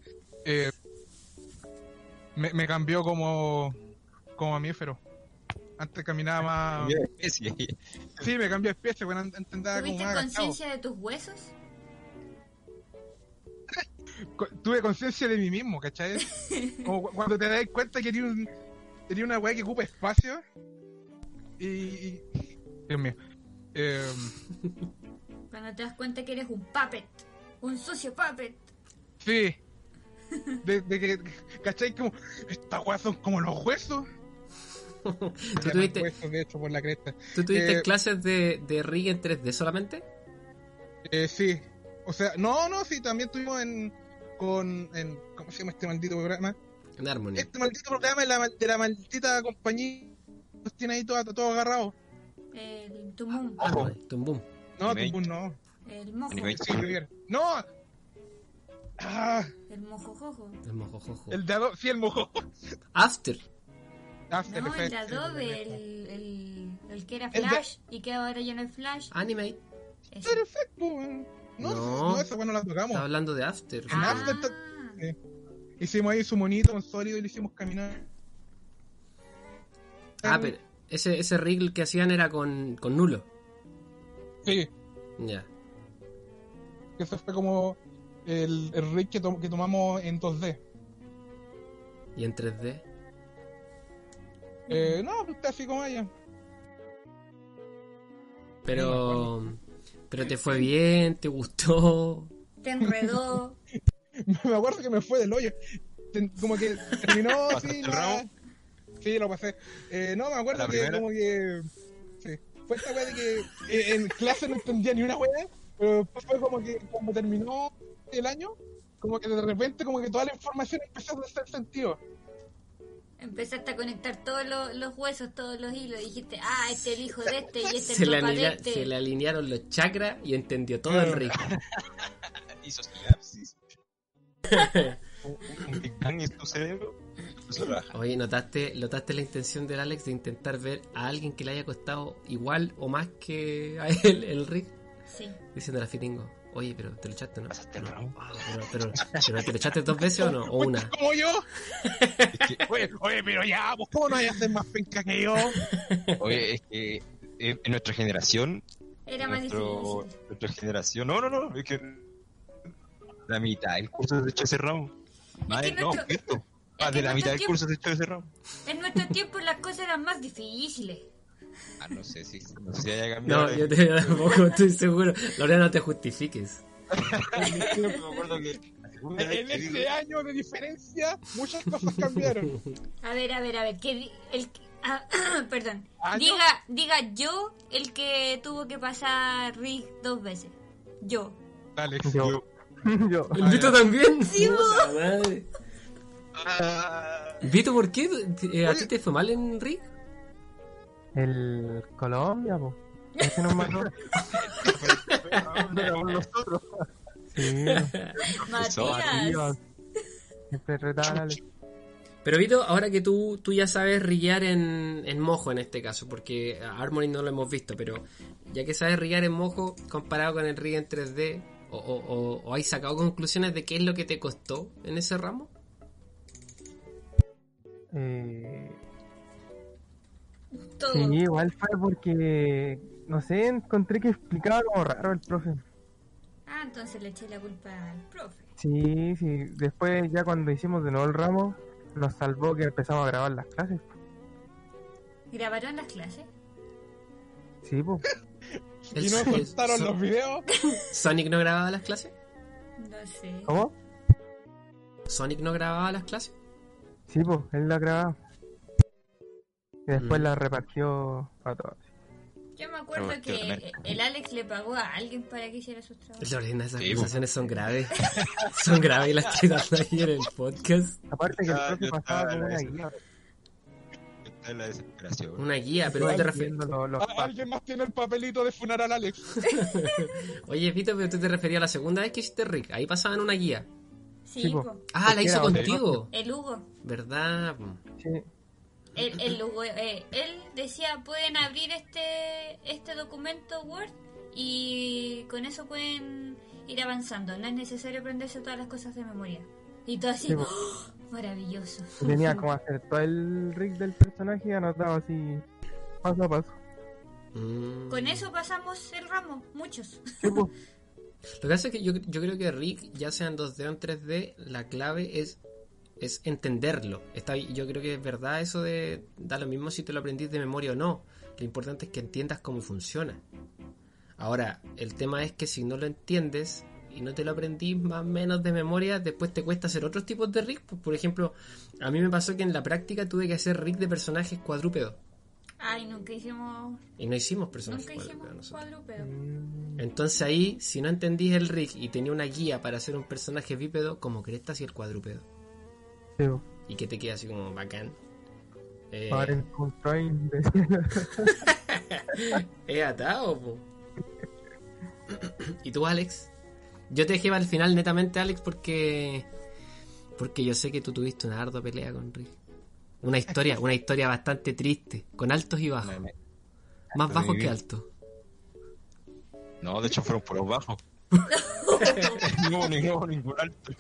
D: Me cambió como mamífero. Antes caminaba más...
C: Cambió de especie.
D: Sí, me cambió de especie, bueno, antes andaba como
A: ¿Tuviste
D: más agachado.
A: conciencia de tus huesos?
D: Tuve conciencia de mí mismo, ¿cachai? Como cuando te das cuenta que tenía una weá que ocupa espacio y... Dios mío.
A: Cuando te das cuenta que eres un puppet. Un sucio puppet.
D: Sí. De que, ¿cachai? Como, estas weas son como los huesos.
B: ¿Tú
D: Llaman
B: tuviste,
D: huesos, de hecho, por la cresta.
B: ¿tú tuviste
D: Eh,
B: clases de Rig en 3D solamente?
D: Sí. O sea, no, sí, también estuvimos ¿cómo se llama este maldito programa?
B: En Harmony.
D: Este maldito programa de la maldita compañía nos tiene ahí todo agarrado.
A: El Tumum.
B: Tumbum.
D: No,
C: Animate.
D: Tumbum no.
A: El mojo.
C: Animate.
D: Sí, Javier. ¡No! Ah,
A: El mojojojo.
B: El mojojojo.
D: el de Adobe. Sí, el mojo.
B: After.
D: After
A: No, el de
D: Effects.
A: Adobe, el que era
D: El de-
A: Flash y que ahora ya no es Flash.
B: Animate.
A: Ese.
D: After Effects, po, weón.
B: No.
D: No, esa weón no la tocamos.
B: Estaba hablando de After.
D: Ah. After Hicimos ahí su monito con sólido y lo hicimos caminar.
B: Ah, pero ese rig que hacían era con nulo.
D: Sí,
B: Ya.
D: que ese fue como el rig que tomamos en 2D.
B: ¿Y en 3D?
D: No, pues así como ella.
B: Pero te fue bien, te gustó.
A: Te enredó.
D: Me acuerdo que me fue del hoyo. Como que terminó
C: ¿Pasaste
D: así.
C: el ramo?
D: Sí, lo pasé. No, me acuerdo
C: ¿La
D: que
C: primera?
D: como que. Sí. Fue esta weá de que en clase no entendía ni una weá. Pero después fue como que cuando terminó el año, como que de repente como que toda la información empezó a hacer sentido.
A: Empezaste a conectar todos los huesos, todos los hilos. Dijiste, ah, este es el hijo de este y este es
B: Se
A: el
B: le,
A: papá de este.
B: se le alinearon los chakras y entendió todo el rig.
C: Hizo sinapsis. Un Big Bang en tu cerebro. Eso trabaja.
B: Oye, ¿notaste la intención del Alex de intentar ver a alguien que le haya costado igual o más que a él el rig?
A: Sí.
B: Diciendo a la Fitingo, oye, pero ¿te lo echaste o no?
C: ¿Pasaste el ramo?
B: Ah, pero ¿te lo echaste 2 veces o no? ¿O una?
D: Como yo.
C: Es que,
D: Oye, pero ya, pues ¿cómo no hay a hacer más penca que yo?
C: oye, es que en nuestra generación,
A: Era más difícil.
C: nuestra generación, no, es que la mitad del curso se echó ese ramo. Más
A: que
C: de, no,
A: nuestro-
C: esto.
A: es
C: Más
A: que
C: de la mitad del
A: nuestro
C: curso se echó ese ramo.
A: En nuestro tiempo las cosas eran más difíciles.
C: Ah, no sé si haya cambiado.
B: No, yo tampoco estoy seguro. Lorena, no te justifiques.
C: me acuerdo que la segunda vez
D: En
C: que
D: ese
C: digo-
D: año de diferencia, muchas cosas cambiaron.
A: A ver, perdón.
D: ¿Año?
A: Diga yo el que tuvo que pasar Rick 2 veces. Yo.
D: Dale,
E: Yo. Yo.
B: ¿El Vito también?
A: Sí,
B: Puta madre.
C: Ah,
B: Vito, ¿por qué a ti te fue mal en rig?
E: El Colombia, po. Ese nos mató.
C: nosotros.
E: Sí.
A: Matías.
E: Dios. Siempre retaban a Alex.
B: Pero Vito, ahora que tú ya sabes rillar en mojo en este caso, porque a Harmony no lo hemos visto, pero ya que sabes rillar en mojo comparado con el rig en 3D, o hay sacado conclusiones de qué es lo que te costó en ese ramo?
A: Todo.
E: Sí, igual fue porque, no sé, encontré que explicaba como raro el profe.
A: Ah, entonces le eché la culpa al profe.
E: Sí, sí. Después ya cuando hicimos de nuevo el ramo, nos salvó que empezamos a grabar las clases.
A: ¿Grabaron las clases?
E: Sí, pues.
D: y nos cortaron los videos.
B: ¿Sonic no grababa las clases?
A: No sé.
E: ¿Cómo?
B: ¿Sonic no grababa las clases?
E: Sí, pues, él la grababa. Y después
B: Mm.
E: la repartió a todos.
A: Yo me acuerdo
C: Pero,
A: que
C: también.
A: el Alex le pagó a alguien para que hiciera sus trabajos.
B: Lorena, esas
C: Sí,
B: conversaciones son graves. Son graves y las estoy dando ahí en el podcast.
E: Aparte que el
C: Ah,
E: profe
C: yo
E: pasaba
C: estaba
E: como
C: en
E: una
C: eso.
E: guía.
C: Esta es la desesperación.
B: Una guía, pero tú te refieres...
E: Viendo los
D: Alguien más tiene el papelito de funar al Alex.
B: Oye, Vito, pero tú te referías a la segunda vez que hiciste Rick. Ahí pasaban una guía.
A: Sí,
E: Sí, po.
A: po.
B: Ah, la
E: Porque
B: hizo
E: era
B: contigo.
A: El Hugo.
B: ¿Verdad?
E: Sí.
A: El Hugo, él decía, pueden abrir este documento Word y con eso pueden ir avanzando. No es necesario aprenderse todas las cosas de memoria. Y todo así,
E: Sí, po.
A: ¡oh! Maravilloso.
E: Y tenía como hacer todo el rig del personaje anotado así, paso a paso.
B: Mm.
A: Con eso pasamos el ramo, muchos.
E: Sí, pues.
B: Lo que pasa es que yo creo que Rick, ya sea en 2D o en 3D, la clave es entenderlo. Yo creo que es verdad eso de da lo mismo si te lo aprendís de memoria o no. Lo importante es que entiendas cómo funciona. Ahora, el tema es que si no lo entiendes y no te lo aprendís más o menos de memoria, después te cuesta hacer otros tipos de Rick. Pues, por ejemplo, a mí me pasó que en la práctica tuve que hacer Rick de personajes cuadrúpedos.
A: Ay, nunca hicimos
B: Y no hicimos personajes
A: Nunca hicimos
B: cuadrúpedos nosotros.
A: cuadrúpedo.
B: Entonces ahí, si no entendís el rig y tenía una guía para hacer un personaje bípedo, ¿cómo crees que hacía el cuadrúpedo?
E: Sí, po.
B: y que te queda así como bacán.
E: Para encontrar
B: Es atado, po. ¿Y tú, Alex? Yo te dejé para el final netamente, Alex, porque yo sé que tú tuviste una ardua pelea con Rick. Una historia bastante triste, con altos y bajos. Más bajos que altos.
C: No, de hecho fueron por los bajos. No, ningún alto.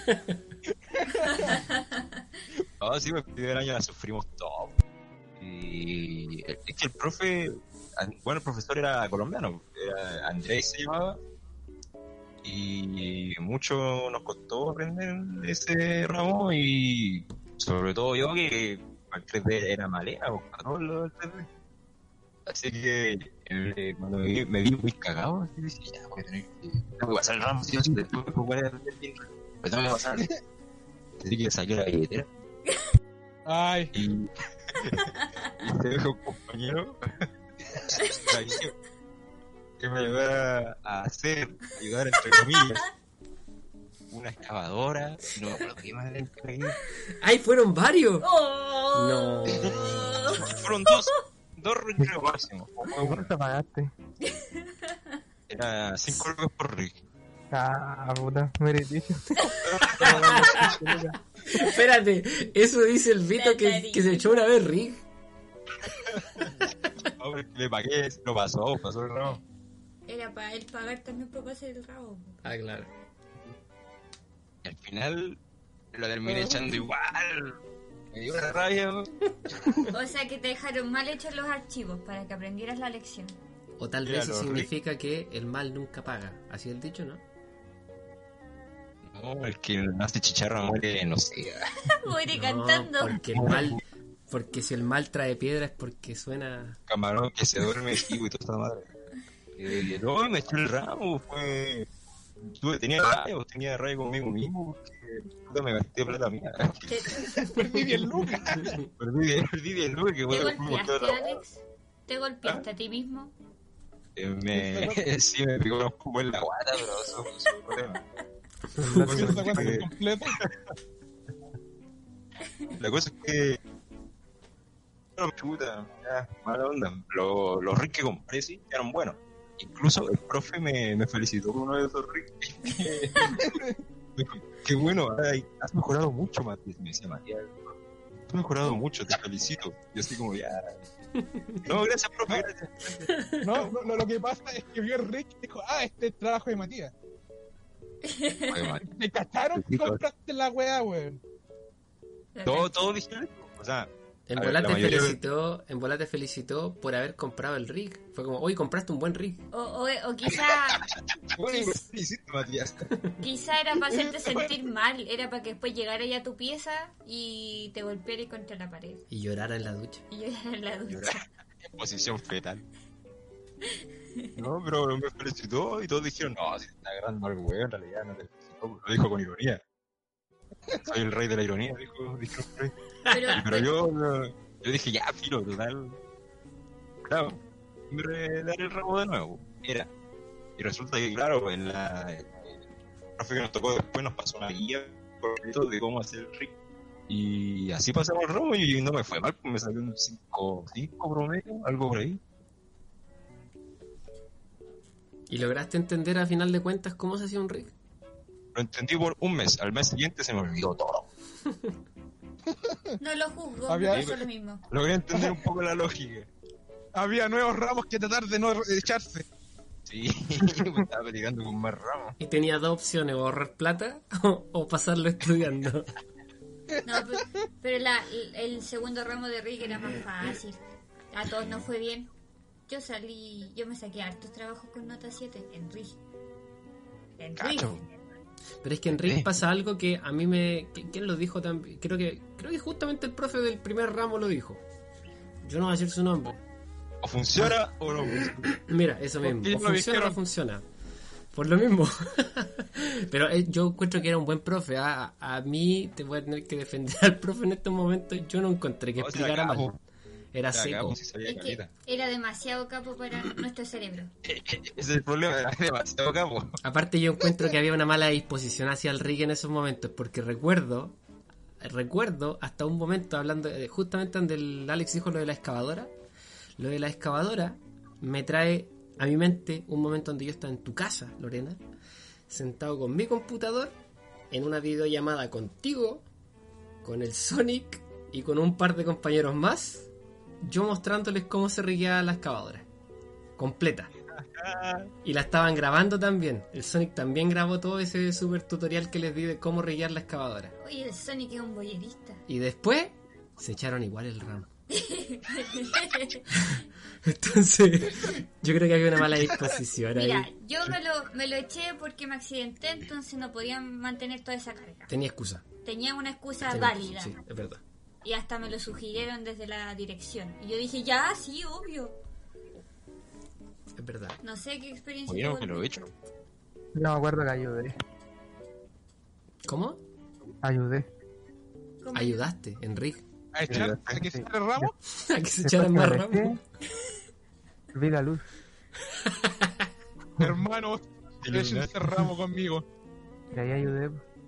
C: No, sí, el primer año la sufrimos todos. Y es que el profe, bueno, el profesor era colombiano, era Andrés se llamaba, y mucho nos costó aprender ese ramo, y sobre todo yo que al 3D era malera, para todo lo del 3D. Así que cuando me vi muy cagado, así decía, ya voy a tener que tengo que pasar el ramo, sí o sí, después me voy a aprender bien, pero tengo que pasar. Así que saqué la billetera.
D: Ay,
C: Y te dejo un compañero que me ayudara a ayudar entre comillas, una excavadora, no me acuerdo qué más era increíble.
B: ¡Ay, fueron varios!
A: ¡Oh!
B: No.
C: Fueron dos recreos máximos.
E: ¿Cuánto pagaste?
C: Era 5 lucas por rig.
E: Ah, puta, merecido.
B: Espérate, eso dice el Vito que se echó una vez Rick.
C: Hombre, le pagué, lo pasó el ramo.
A: Era para él pagar también para pasar el rabo.
B: Ah, claro.
C: Y al final lo terminé echando igual. Me dio una rabia, ¿no?
A: O sea que te dejaron mal hechos los archivos para que aprendieras la lección.
B: O tal
C: Mira,
B: vez eso
C: los
B: significa que el mal nunca paga. Así es el dicho, ¿no?
C: No, el que nace chicharra muere, no sé.
A: Muere
B: No,
A: cantando.
B: porque si el mal trae piedra es porque suena...
C: Camarón que se duerme y toda esta madre. No, me eché el ramo, tenía rabia conmigo mismo, porque puta, me gasté plata mía.
D: perdí 10 lucas.
C: Perdí 10 lucas que
A: ¿Te
C: voy a
A: golpeaste, Alex? ¿Te golpeaste a ti mismo?
C: Sí, me picó un poco en la guata, pero eso es un problema.
D: ¿Esta cuenta es completa?
C: La cosa es que no, chuta, ya, mala onda. Los ricks que compré sí eran buenos. Incluso el profe me felicitó por uno de esos ricks. Qué bueno, has mejorado mucho, Matías. Me decía Matías, has mejorado mucho, te felicito. Yo así como ya. No, gracias, profe, gracias.
D: No, lo que pasa es que vio el Rick y dijo, este es trabajo de Matías.
C: Oye,
D: ¿Te cacharon que compraste la weá, weón?
C: todo dijeron eso. O sea,
B: En
C: a ver,
B: bola
C: la
B: te
C: mayoría-
B: felicitó por haber comprado el rig. Fue como, hoy compraste un buen rig.
A: O quizá,
C: Bueno, me felicito, Matías.
A: quizá era para hacerte sentir mal. Era para que después llegara ya a tu pieza y te golpeara contra la pared.
B: Y llorara en la ducha.
A: Y yo era en la ducha.
C: Llorar en posición fetal. No, pero me felicitó y todos dijeron, no, si te está agarrando algo, weón, en realidad no te felicitó. Lo dijo con ironía. Soy el rey de la ironía, dijo el rey. Pero yo dije, ya, filo, total. Claro, me daré el ramo de nuevo. Y resulta que, claro, el profe que nos tocó después nos pasó una guía completo de cómo hacer el rig. Y así pasamos el ramo y no me fue mal, pues me salió un 5 promedio, algo por ahí.
B: ¿Y lograste entender a final de cuentas cómo se hacía un rig?
C: Lo entendí por un mes, al mes siguiente se me olvidó todo.
A: No lo juzgo,
D: Había-
A: me pasó lo mismo.
C: Logré entender un poco la lógica.
D: Había nuevos ramos que tratar de no echarse.
C: Sí, me estaba peleando con más ramos.
B: Y tenía dos opciones, o ahorrar plata o pasarlo estudiando.
A: No, pero el segundo ramo de Rick era más fácil. A todos nos fue bien. Yo me saqué hartos trabajos con nota 7 en Rick. En Rick.
C: Cacho.
B: Pero es que en rig pasa algo que a mí me... ¿Quién lo dijo también? Creo que justamente el profe del primer ramo lo dijo. Yo no voy a decir su nombre.
C: O funciona o no funciona.
B: Mira, eso mismo.
D: Porque
B: O
D: lo
B: funciona o
D: dijeron.
B: no funciona. Por lo mismo. Pero yo encuentro que era un buen profe. A mí te voy a tener que defender al profe en estos momentos. Yo no encontré que
C: No,
B: explicara mal.
C: capo.
B: Era
C: Acá,
B: seco.
C: pues, si sabía
A: Es que
C: caleta.
A: era demasiado capo para nuestro cerebro.
C: Ese es el problema, era demasiado capo.
B: Aparte yo encuentro que había una mala disposición hacia el rig en esos momentos. Porque recuerdo recuerdo hasta un momento hablando, justamente donde el Alex dijo lo de la excavadora. Lo de la excavadora me trae a mi mente un momento donde yo estaba en tu casa, Lorena, sentado con mi computador, en una videollamada contigo, con el Sonic y con un par de compañeros más, yo mostrándoles cómo se rigueaba la excavadora. Completa. Y la estaban grabando también. El Sonic también grabó todo ese super tutorial que les di de cómo riguear la excavadora.
A: Oye, el Sonic es un boyerista.
B: Y después se echaron igual el ramo. Entonces, yo creo que había una mala disposición ahí.
A: Mira, yo me lo eché porque me accidenté, entonces no podía mantener toda esa carga.
B: Tenía excusa.
A: Tenía una excusa
B: Tenía
A: válida.
B: excusa, sí, es verdad.
A: Y hasta me lo sugirieron desde la dirección. Y yo dije, ya, sí, obvio.
B: Es verdad.
A: No sé qué experiencia
C: Oye, no,
A: tuvo
C: que
A: el
C: lo he
A: Víctor.
C: hecho.
E: Yo me acuerdo que ayudé.
B: ¿Cómo?
E: Ayudé.
A: ¿Cómo?
B: Ayudaste, Enrique,
D: ¿A echar? ¿A que se eche el ramo?
B: a que se
E: Después
B: echaran
E: que
B: más
E: me
B: ramos.
E: alejé, vi la luz.
D: Hermano, échense el ramo conmigo.
E: Y ahí ayudé.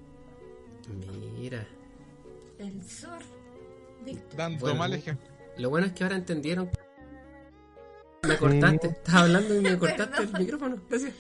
B: Mira.
A: El Zor. Víctor.
D: Dando
B: Bueno.
D: mal ejemplo.
B: Lo bueno es que ahora entendieron. Me cortaste, estaba hablando y me cortaste el
A: Perdón.
B: micrófono. Gracias.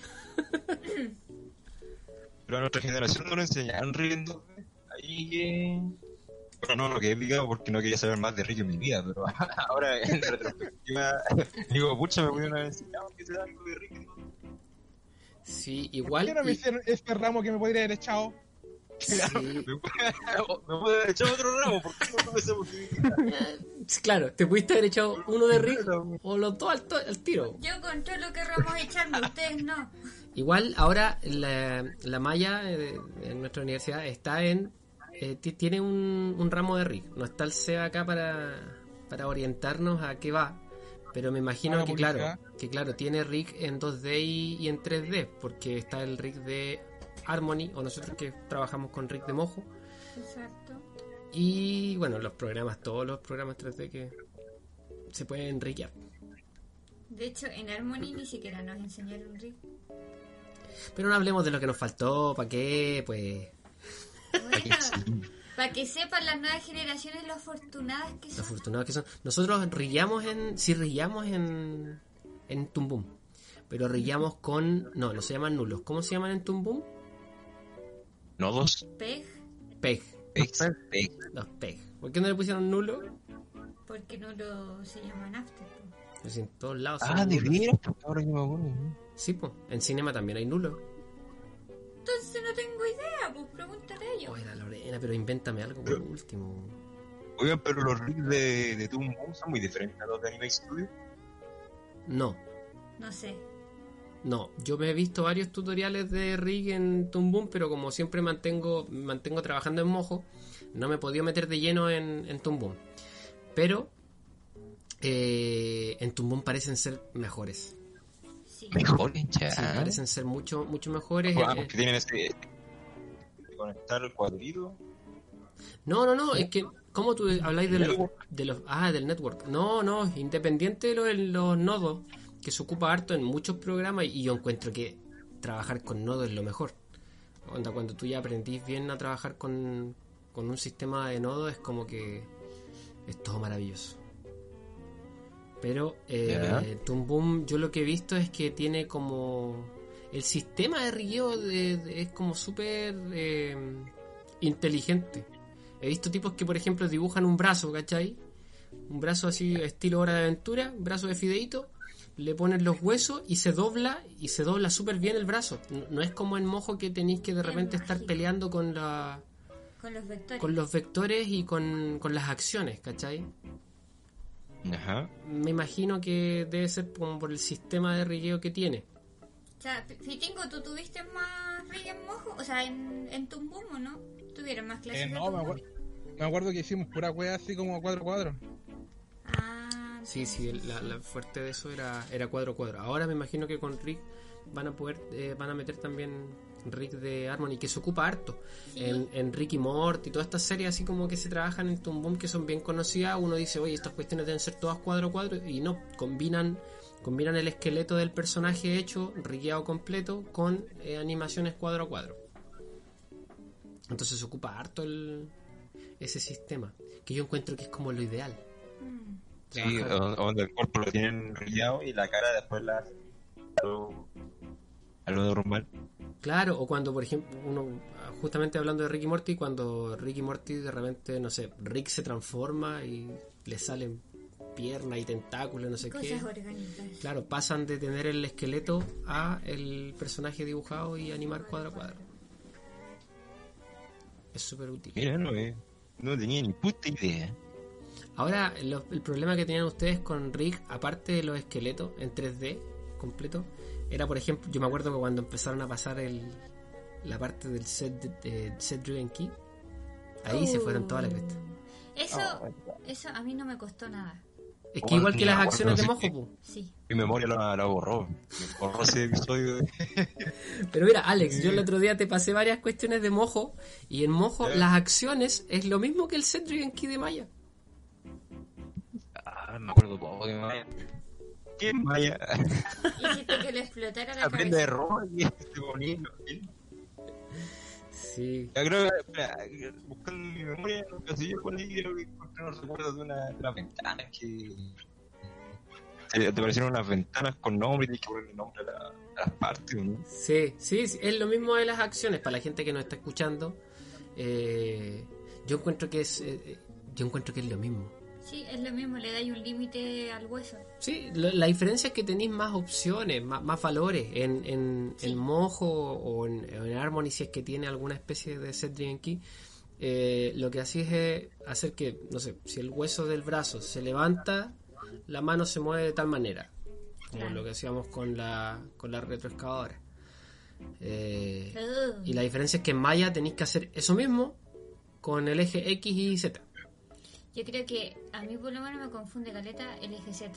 C: Pero a nuestra generación no lo enseñaron riendo. Ahí que... Bueno, no lo que he picado porque no quería saber más de Rick en mi vida, pero ahora en retrospectiva digo, pucha, me pudieron haber enseñado que se da algo de Rick. ¿No?
B: Sí,
D: ¿Por
B: igual.
D: qué no me hicieron este ramo que me podría haber echado?
B: Sí,
C: Me puede haber echado otro ramo, ¿por qué no tuve esa posibilidad?
B: claro, te pudiste haber echado uno de Rick o los dos al tiro.
A: Yo controlo qué ramos echarme, ustedes no.
B: Igual ahora la malla en nuestra universidad está en tiene un ramo de Rick. No está el SEA acá para orientarnos a qué va, pero me imagino
D: Ah,
B: que claro tiene Rick en 2D y en 3D, porque está el Rick de Harmony o nosotros que trabajamos con Rick de Mojo.
A: Exacto.
B: Y bueno, todos los programas 3D que se pueden riguear.
A: De hecho, en Harmony ni siquiera nos enseñaron Rick.
B: Pero no hablemos de lo que nos faltó, ¿para qué? Pues
A: Bueno, para que sepan las nuevas generaciones lo afortunadas que
B: los
A: son.
B: afortunados que son. Nosotros rigueamos en Toon Boom, pero rigueamos con... No se llaman nulos. ¿Cómo se llaman en Toon Boom?
C: Nodos,
A: Peg,
B: PEG.
C: peg.
B: Los PEG. ¿Por qué no le pusieron nulo?
A: porque no lo se llaman after. Po.
B: Pues en todos lados
C: Ah,
B: son
C: de
B: nulos.
C: veras, pues ahora que me acuerdo.
B: Sí, pues. En cinema también hay nulo.
A: Entonces no tengo idea, pues pregúntale a ellos.
B: Oye, la Lorena, pero invéntame algo por último.
C: Oigan, pero los rigs de Toon Boom son muy diferentes a los de Anime Studio.
B: No,
A: No sé.
B: yo me he visto varios tutoriales de rig en Toon Boom, pero como siempre me mantengo trabajando en Mojo, no me he podido meter de lleno en Toon Boom. Pero en Toon Boom parecen ser mejores.
A: Sí.
C: Mejor, ya.
B: Sí, parecen ser mucho mejores.
C: Ah, porque tienen de conectar el cuadrito.
B: No, es que como tú habláis del network. No, independiente de los nodos, que se ocupa harto en muchos programas, y yo encuentro que trabajar con nodos es lo mejor. Onda, cuando tú ya aprendís bien a trabajar con un sistema de nodos, es como que es todo maravilloso. Pero Toon Boom, yo lo que he visto es que tiene como... El sistema de rigueo es como súper inteligente. He visto tipos que, por ejemplo, dibujan un brazo, ¿cachai? Un brazo así, estilo Hora de Aventura, un brazo de fideíto, le ponen los huesos y se dobla súper bien el brazo. No es como en Mojo que tenéis que de repente estar
A: mágico.
B: peleando con
A: Con los vectores.
B: y con las acciones, ¿cachai?
C: Ajá.
B: Me imagino que debe ser como por el sistema de rigueo que tiene.
A: O sea, Fitingo, ¿tú tuviste más rig en Mojo? O sea, en Toon Boom, ¿o no? ¿Tuvieron más clases de
D: No,
A: Toon Boom?
D: me acuerdo que hicimos pura wea así como 4
A: Ah,
B: Sí, la fuerte de eso era cuadro. Ahora me imagino que con Rick van a meter también Rick de Harmony, que se ocupa harto.
A: Sí.
B: En Rick y Morty y todas estas series así como que se trabajan en Toon Boom, que son bien conocidas. Uno dice, oye, estas cuestiones deben ser todas cuadro, y no, combinan el esqueleto del personaje hecho, rigueado completo, con animaciones cuadro a cuadro. Entonces se ocupa harto ese sistema, que yo encuentro que es como lo ideal.
C: Sí,
B: Trabajar-
C: donde el cuerpo lo tienen rellado y la cara después la hacen a lo normal.
B: Claro, o cuando, por ejemplo, justamente hablando de Rick y Morty, cuando Rick y Morty de repente, no sé, Rick se transforma y le salen piernas y tentáculos, no sé qué.
A: Cosas orgánicas.
B: Claro, pasan de tener el esqueleto a el personaje dibujado y animar cuadro a cuadro. Es súper útil.
C: Mira, no tenía ni puta idea.
B: Ahora, el problema que tenían ustedes con Rick, aparte de los esqueletos en 3D completo, era, por ejemplo, yo me acuerdo que cuando empezaron a pasar la parte del set Driven Key, ahí se fueron toda la cresta.
A: Eso a mí no me costó nada.
B: Es que igual que las
C: Bueno,
B: acciones de
C: sí,
B: mojo, pu.
A: Sí.
C: Mi memoria la borró. Me borró ese episodio.
B: Pero mira, Alex, yo el otro día te pasé varias cuestiones de mojo, y en mojo las acciones es lo mismo que el set Driven Key de Maya.
C: Me acuerdo poco de Maya. ¿Qué es Maya?
A: Hiciste que le explotara la
C: Aprende de
A: cabeza.
C: Roma y este bonito.
B: Sí.
C: Yo creo que buscando en mi memoria, en un casillo por ahí, creo que encontré unos recuerdos de una ventana que. Te parecieron unas ventanas con nombre y tienes que ponerle nombre a las partes, ¿no?
B: Sí, es lo mismo de las acciones. Para la gente que nos está escuchando, yo encuentro que es lo mismo.
A: Sí, es lo mismo, le dais un límite al hueso.
B: Sí, la diferencia es que tenéis más opciones, más valores en
A: Sí.
B: mojo o en Harmony, si es que tiene alguna especie de set driven key. Lo que así es hacer que, no sé, si el hueso del brazo se levanta, la mano se mueve de tal manera, como
A: Claro.
B: lo que hacíamos con la retroexcavadora.
A: Ugh.
B: Y la diferencia es que en Maya tenéis que hacer eso mismo con el eje X y Z.
A: Yo creo que a mí por lo menos me confunde caleta el eje Z.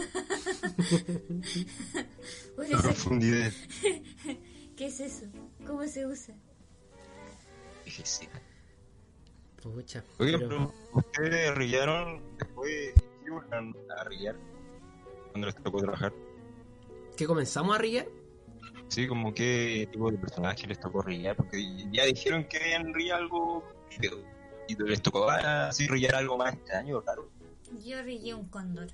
A: Por
C: La
A: eso,
C: profundidad.
A: ¿qué es eso? ¿Cómo se usa?
C: Sí.
B: Pucha,
C: Oiga,
B: pero-
C: pero ustedes rillaron después, ¿qué buscan a rillar cuando les tocó trabajar?
B: ¿qué comenzamos a rillar?
C: Sí, como qué tipo de personaje les tocó rillar, porque ya dijeron que habían rillado algo vívido, y les tocó así rillar algo más extraño, raro.
A: Yo rillé un cóndor.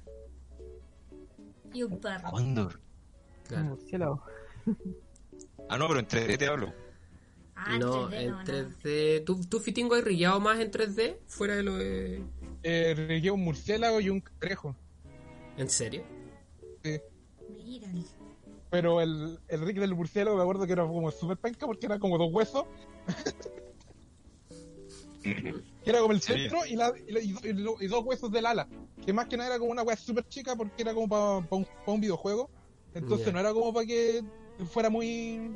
A: Y un perro.
C: Cóndor.
B: Claro.
E: Murciélago.
C: Ah, no, pero en 3D te hablo.
A: Ah,
B: No,
A: 3D,
B: en
A: no.
B: 3D. ¿Tú Fitingo, has rillado más en 3D? Fuera de lo de.
D: Regué un murciélago y un cangrejo.
B: ¿En serio?
D: Sí.
A: Mira.
D: Pero el Rick del murciélago me acuerdo que era como súper penca porque era como dos huesos. Que era como el
C: Sí.
D: centro y dos huesos del ala. Que más que nada era como una hueá súper chica porque era como para un videojuego. Entonces
B: Ya.
D: no era como para que fuera muy...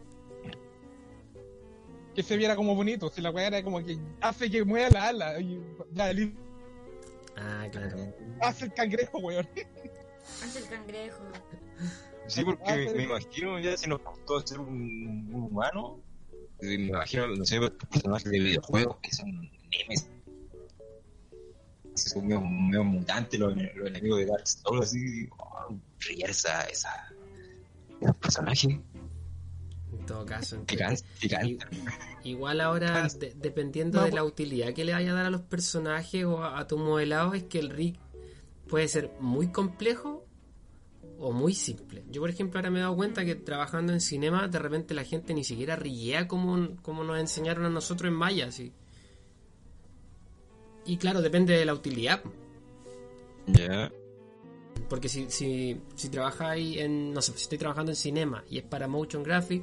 D: Que se viera como bonito. Si la hueá era como que hace que mueva la ala. Y ya,
B: Ah, claro.
D: hace el cangrejo, weón.
A: Hace el cangrejo.
C: Sí, porque me imagino ya si nos costó hacer un humano, me imagino, no sé, personajes de videojuegos que son memes. Son medio mutantes los enemigos de Dark Souls, así, rillar esos personajes.
B: En todo caso. en
C: Gigante,
B: 3D.
C: gigante.
B: Igual ahora, dependiendo de la utilidad que le vaya a dar a los personajes o a tu modelado, es que el rig puede ser muy complejo o muy simple. Yo, por ejemplo, ahora me he dado cuenta que trabajando en cinema, de repente la gente ni siquiera rillea como nos enseñaron a nosotros en Maya, así. Y claro, depende de la utilidad.
C: Ya.
B: Porque si trabajáis en, no sé, si estoy trabajando en cinema y es para motion graphic,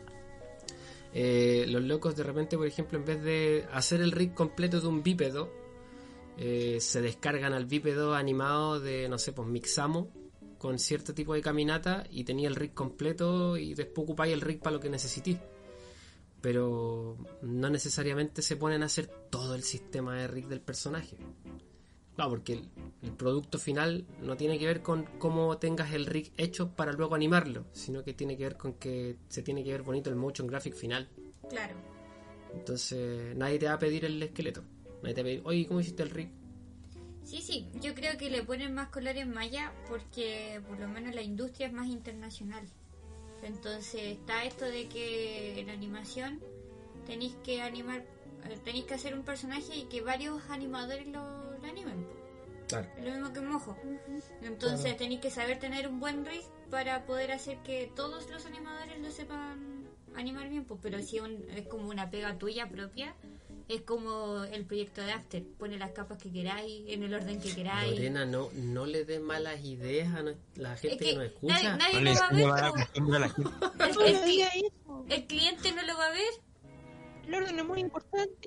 B: los locos de repente, por ejemplo, en vez de hacer el rig completo de un bípedo, se descargan al bípedo animado de, no sé, pues Mixamo con cierto tipo de caminata y tenía el rig completo y después ocupáis el rig para lo que necesitís. Pero no necesariamente se ponen a hacer todo el sistema de rig del personaje. No, porque el producto final no tiene que ver con cómo tengas el rig hecho para luego animarlo, sino que tiene que ver con que se tiene que ver bonito el motion graphic final.
A: Claro.
B: Entonces nadie te va a pedir el esqueleto. Nadie te va a pedir, oye, ¿cómo hiciste el rig?
A: Sí, yo creo que le ponen más color en Maya porque por lo menos la industria es más internacional. Entonces está esto de que en animación tenéis que animar tenéis que hacer un personaje y que varios animadores lo animen.
B: Claro.
A: Es lo mismo que Mojo. Entonces tenéis que saber tener un buen rig para poder hacer que todos los animadores lo sepan animar bien, pues. Pero si es como una pega tuya propia, es como el proyecto de After. Pone las capas que queráis, en el orden que queráis.
B: Lorena, no le des malas ideas a la gente que nos escucha.
A: Nadie
C: No
A: lo va a ver.
C: le
A: po.
C: acostumbra a la gente.
A: El cliente no lo va a ver.
F: El orden es muy importante.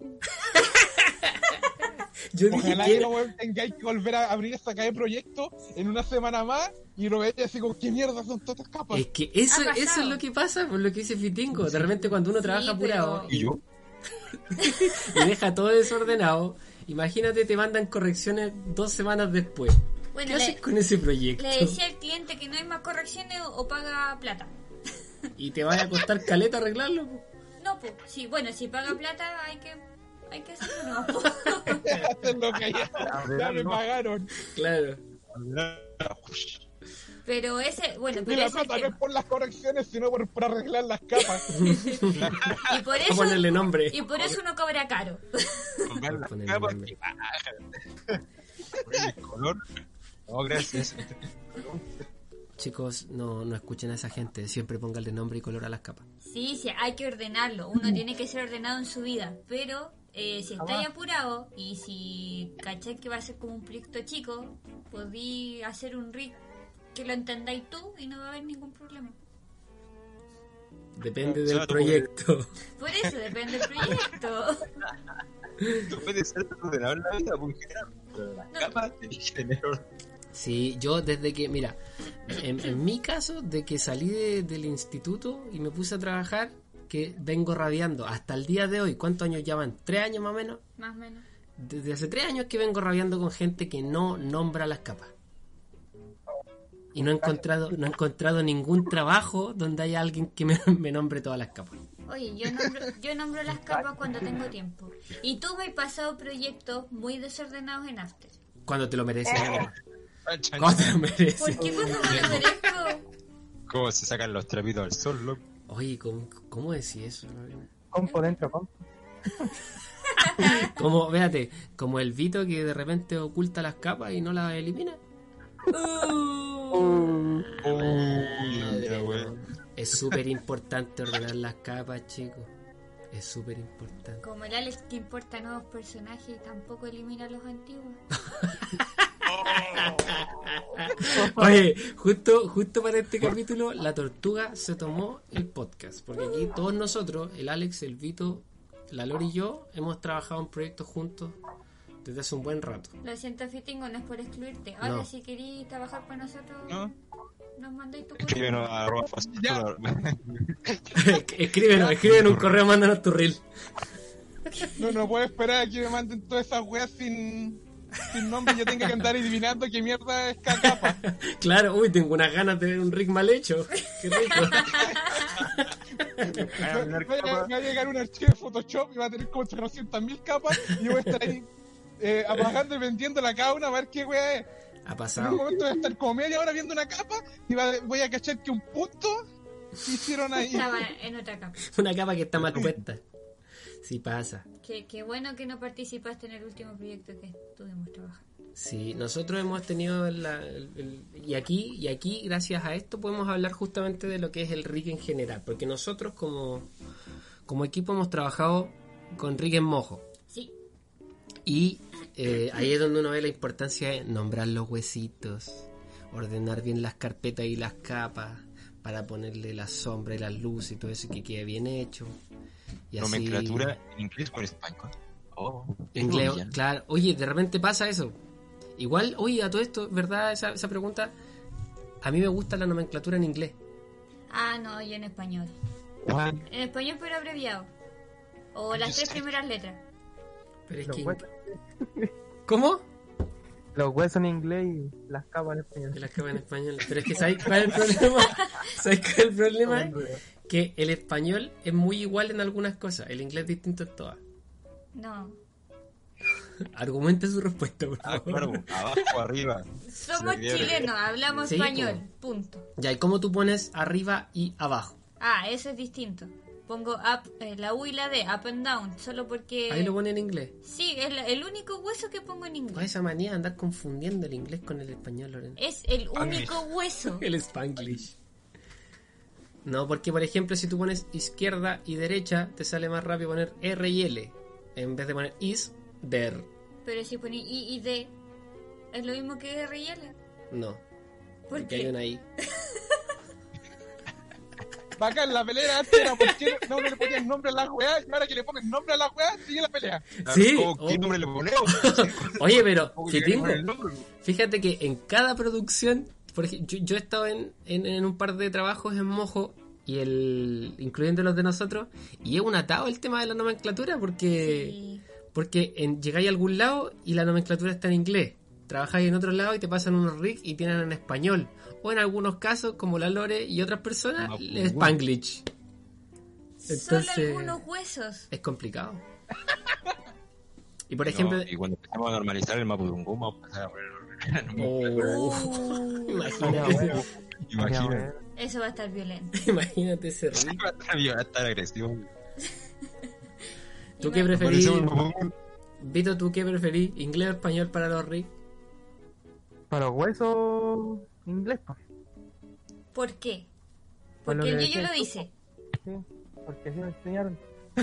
B: Yo dije
D: Ojalá
B: que
D: que no tengáis que volver a abrir esta calle de proyecto en una semana más y lo veáis así como, ¿qué mierda son todas estas capas?
B: es que eso
A: Ha pasado.
B: es lo que pasa, por lo que dice Fitingo. De repente cuando uno trabaja apurado
C: ¿Y yo?
B: y deja todo desordenado, imagínate te mandan correcciones 2 semanas después.
A: Bueno,
B: ¿Qué haces con ese proyecto?
A: le decía al cliente que no hay más correcciones o paga plata.
B: Y te vaya a costar caleta arreglarlo. Po.
A: No, pues, sí, bueno, si paga plata hay que hacerlo, no. po.
D: Hacen lo que ya me pagaron.
B: Claro.
A: Pero ese, bueno,
D: Y
A: pero
D: la
A: ese es el
D: plata no es
A: tema.
D: por las correcciones, sino por arreglar las capas.
A: Y por
B: A
A: eso,
B: ponerle nombre.
A: y por eso uno cobra caro.
B: Ponerle nombre.
C: El color. No, gracias.
B: Chicos, no escuchen a esa gente. Siempre pónganle nombre y color a las capas.
A: Sí, sí, hay que ordenarlo. Uno tiene que ser ordenado en su vida. Pero si estáis apurado y si cacháis que va a ser como un proyecto chico, podí hacer un rig que lo entendáis tú y no va a haber ningún problema.
B: Depende
C: O sea,
B: del
C: tú
B: proyecto.
A: Por eso depende del proyecto.
C: Tú puedes ser ordenador en la vida, porque en general, pero las capas tenés que tener orden.
B: Sí, yo desde que, mira, en mi caso, de que salí del instituto y me puse a trabajar, que vengo rabiando hasta el día de hoy. ¿Cuántos años ya van? ¿3 años más o menos?
A: Más o menos.
B: Desde hace 3 años que vengo rabiando con gente que no nombra las capas. Y no he encontrado ningún trabajo donde haya alguien que me nombre todas las capas.
A: Oye, yo nombro las capas cuando tengo tiempo. Y tú me has pasado proyectos muy desordenados en After.
B: Cuando te lo mereces. amigo.
C: Chan,
B: Cuando te
C: chan.
B: lo mereces.
A: ¿Por qué cuando me lo merezco?
C: ¿Cómo se sacan los trapitos al sol, loco?
B: Oye, ¿cómo decís eso?
E: Compo dentro, compo.
B: Como, véate, como el Vito que de repente oculta las capas y no las elimina.
C: Ya, güey.
B: Es súper importante ordenar las capas, chicos. Es súper importante.
A: Como el Alex que importa nuevos personajes y tampoco elimina los antiguos.
B: Oye, justo para este capítulo, la tortuga se tomó el podcast. Porque aquí todos nosotros, el Alex, el Vito, la Lori y yo, hemos trabajado en proyectos juntos desde hace un buen rato.
A: Lo siento, Fitingo, no es por excluirte. Ahora,
B: No.
A: si queréis trabajar con nosotros,
D: ¿No?
A: nos mandáis tu
C: Escríbenos a
D: Ya.
B: Escríbenos un correo, mándanos tu reel.
D: No puedo esperar a que me manden todas esas weas sin nombre y yo tenga que andar adivinando qué mierda es cada capa.
B: Claro, uy, tengo unas ganas de ver un rig mal hecho. Qué rico.
D: Va a llegar un archivo de Photoshop y va a tener como 300.000 capas y yo voy a estar ahí apagando y vendiéndola cada una a ver qué wea es.
B: Ha
D: En un
B: pasado.
D: momento voy a estar como media hora viendo una capa y voy a cachar que un punto hicieron ahí.
A: Estaba en otra capa.
B: Una capa que está mal puesta. Sí pasa.
A: Qué bueno que no participaste en el último proyecto que estuvimos trabajando.
B: Sí, nosotros hemos tenido y aquí gracias a esto podemos hablar justamente de lo que es el rig en general, porque nosotros como equipo hemos trabajado con rig en mojo
A: Sí,
B: y ahí es donde uno ve la importancia de nombrar los huesitos, ordenar bien las carpetas y las capas para ponerle la sombra y la luz y todo eso y que quede bien hecho. Y así,
C: Nomenclatura en inglés o en español. Oh,
B: inglés,
C: ya.
B: claro. Oye, de repente pasa eso. Igual, oye, a todo esto, ¿verdad? Esa pregunta. A mí me gusta la nomenclatura en inglés.
A: Ah, no, yo en español.
C: Juan,
A: En español pero abreviado. O las 3 primeras letras.
B: Pero es
E: Los
B: que...
E: huesos,
B: ¿Cómo?
E: los huesos en inglés y las capas en español.
B: Que las capas en español. Pero es que ¿sabes cuál es el problema? ¿Sabes cuál es el problema? Que el español es muy igual en algunas cosas. El inglés es distinto en todas.
A: No.
B: Argumente su respuesta, por favor.
C: claro, abajo, arriba.
A: Somos
C: Se pierde.
A: chilenos, hablamos
B: Sí,
A: español. Punto.
B: Ya, ¿y cómo tú pones arriba y abajo?
A: Ah, eso es distinto. pongo up, la U y la D, up and down, solo porque...
B: Ahí lo pone en inglés.
A: Sí, es el único hueso que pongo en
B: ¿Cuál es
A: inglés.
B: esa manía de andar confundiendo el inglés con el español, Lorena?
A: Es el único hueso.
B: El Spanglish. No, porque por ejemplo, si tú pones izquierda y derecha, te sale más rápido poner R y L en vez de poner is, der.
A: Pero si poní I y D, es lo mismo que R y L.
B: No,
A: ¿Por
B: porque hay
A: qué?
B: una I.
D: Bacán, la pelea antes era por qué no le ponían nombre a la weá, y ahora que le ponen nombre a la weá, sigue la pelea.
B: Sí.
C: ¿Qué
B: Oh.
C: nombre le ponemos?
B: Oye, pero
C: ¿Cómo
B: que
C: que le
B: tengo.
C: ponen el nombre?
B: Fíjate que en cada producción, por ejemplo, yo he estado en un par de trabajos en Mojo, y incluyendo los de nosotros, y es un atado el tema de la nomenclatura, porque
A: Sí.
B: llegáis a algún lado y la nomenclatura está en inglés. Trabajáis en otro lado y te pasan unos rigs y tienen en español. O en algunos casos, como la Lore y otras personas,
C: Ah,
B: el Spanglish.
A: Solo
B: Entonces,
A: algunos huesos.
B: es complicado. Y por
C: No,
B: ejemplo...
C: y cuando empezamos a normalizar el Mapudungun, vamos a empezar a poner
B: Oh,
E: Estaría
B: imagínate,
E: bueno, estaría
C: Imagínate.
E: bueno.
A: Eso va a estar violento.
B: imagínate ese rig.
C: Va a estar agresivo.
B: ¿Tú qué
A: Imagínate.
B: preferís?
C: Parecemos el Mapudungun.
B: Vito, ¿tú qué preferís? ¿Inglés o español para los rigs?
E: Para los huesos, inglés, pues.
A: ¿Por qué?
E: Por lo
A: Porque el
E: que
A: Yoyo lo
E: decías
A: dice.
E: Sí, porque así me enseñaron.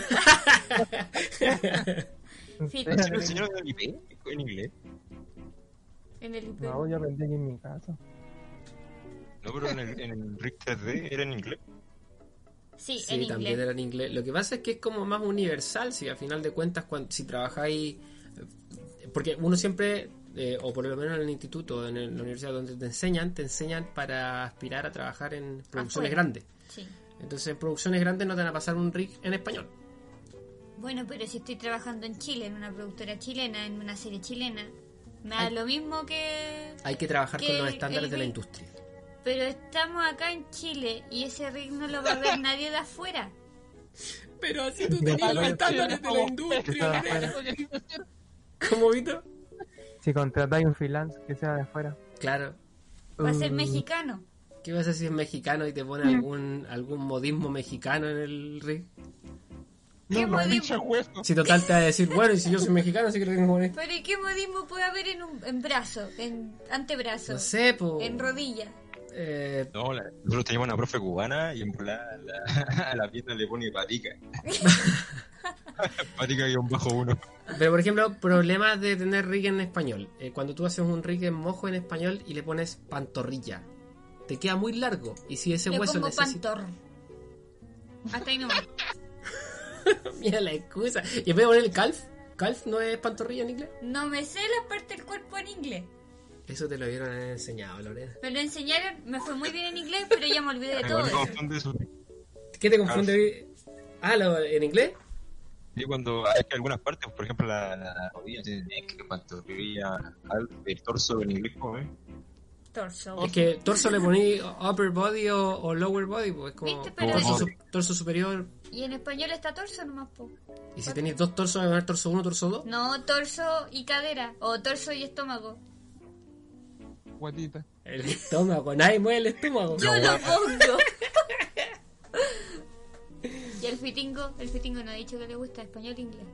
A: Sí,
E: Me
C: ¿Sí lo
E: enseñaron
C: enseñaron en el IP? ¿En inglés?
A: En el IP.
E: No, yo aprendí aquí en mi casa.
C: No, pero en el RIC 3D era en inglés.
A: Sí,
B: Sí,
A: en
B: también
A: inglés.
B: era en inglés. Lo que pasa es que es como más universal, si a final de cuentas, si trabajáis... Porque uno siempre, o por lo menos en el instituto, en la universidad donde te enseñan para aspirar a trabajar en producciones
A: Afuera.
B: grandes.
A: Sí.
B: Entonces en producciones grandes no te van a pasar un rig en español.
A: Bueno, pero si estoy trabajando en Chile, en una productora chilena, en una serie chilena, me da lo mismo que...
B: Hay que trabajar
A: Que
B: con los estándares
A: el
B: de la
A: rig-
B: industria.
A: Pero estamos acá en Chile y ese rig no lo va a ver nadie de afuera.
B: Pero así tú
E: tenías los
B: estándares
E: de la industria,
B: ¿Cómo, Vito?
E: Si contratáis un freelance que sea de afuera.
B: Claro.
A: Va a ser
E: Mm,
A: mexicano.
B: ¿Qué vas a decir si es mexicano y te pone algún modismo mexicano en el rig?
A: ¿Qué
D: No,
A: modismo?
D: pinche hueso.
B: Si total te va a decir, bueno, y si yo soy mexicano, sí que lo tengo que poner.
A: Pero ¿y qué modismo puede haber en brazo, en antebrazo,
B: No sé, pues.
A: en rodilla?
C: No, nosotros teníamos una profe cubana y en volada a la pierna le pone patica. Patica guión bajo uno.
B: Pero por ejemplo, problemas de tener rig en español. Cuando tú haces un rig en mojo en español y le pones pantorrilla, te queda muy largo. Y si ese
A: Le
B: hueso
A: pongo
B: necesita.
A: pantor. Hasta ahí nomás.
B: Mira la excusa. Y en vez de poner el calf, calf no es pantorrilla en inglés.
A: No me sé la parte del cuerpo en inglés.
B: Eso te lo hubieran enseñado, Lorena.
A: Me lo enseñaron, me fue muy bien en inglés, pero ya me olvidé de todo
C: Me
A: eso.
C: confunde eso.
B: ¿Qué te confunde? Ah, ¿en inglés?
C: Y cuando hay que algunas partes, por ejemplo la rodilla, tiene que pantorrilla, el torso en inglés, ¿cómo es?
A: Torso.
B: Es que torso le poní upper body o lower body, pues es como
A: ¿Viste? Pero
B: torso superior.
A: Y en español está torso nomás, po.
B: Y si tenéis dos torsos, ¿vas a poner torso 1, torso 2?
A: No, torso y cadera. O torso y estómago.
D: Guatita.
B: El estómago, nadie mueve el estómago.
A: Yo lo pongo. Y el fitingo no ha dicho que le gusta español e inglés.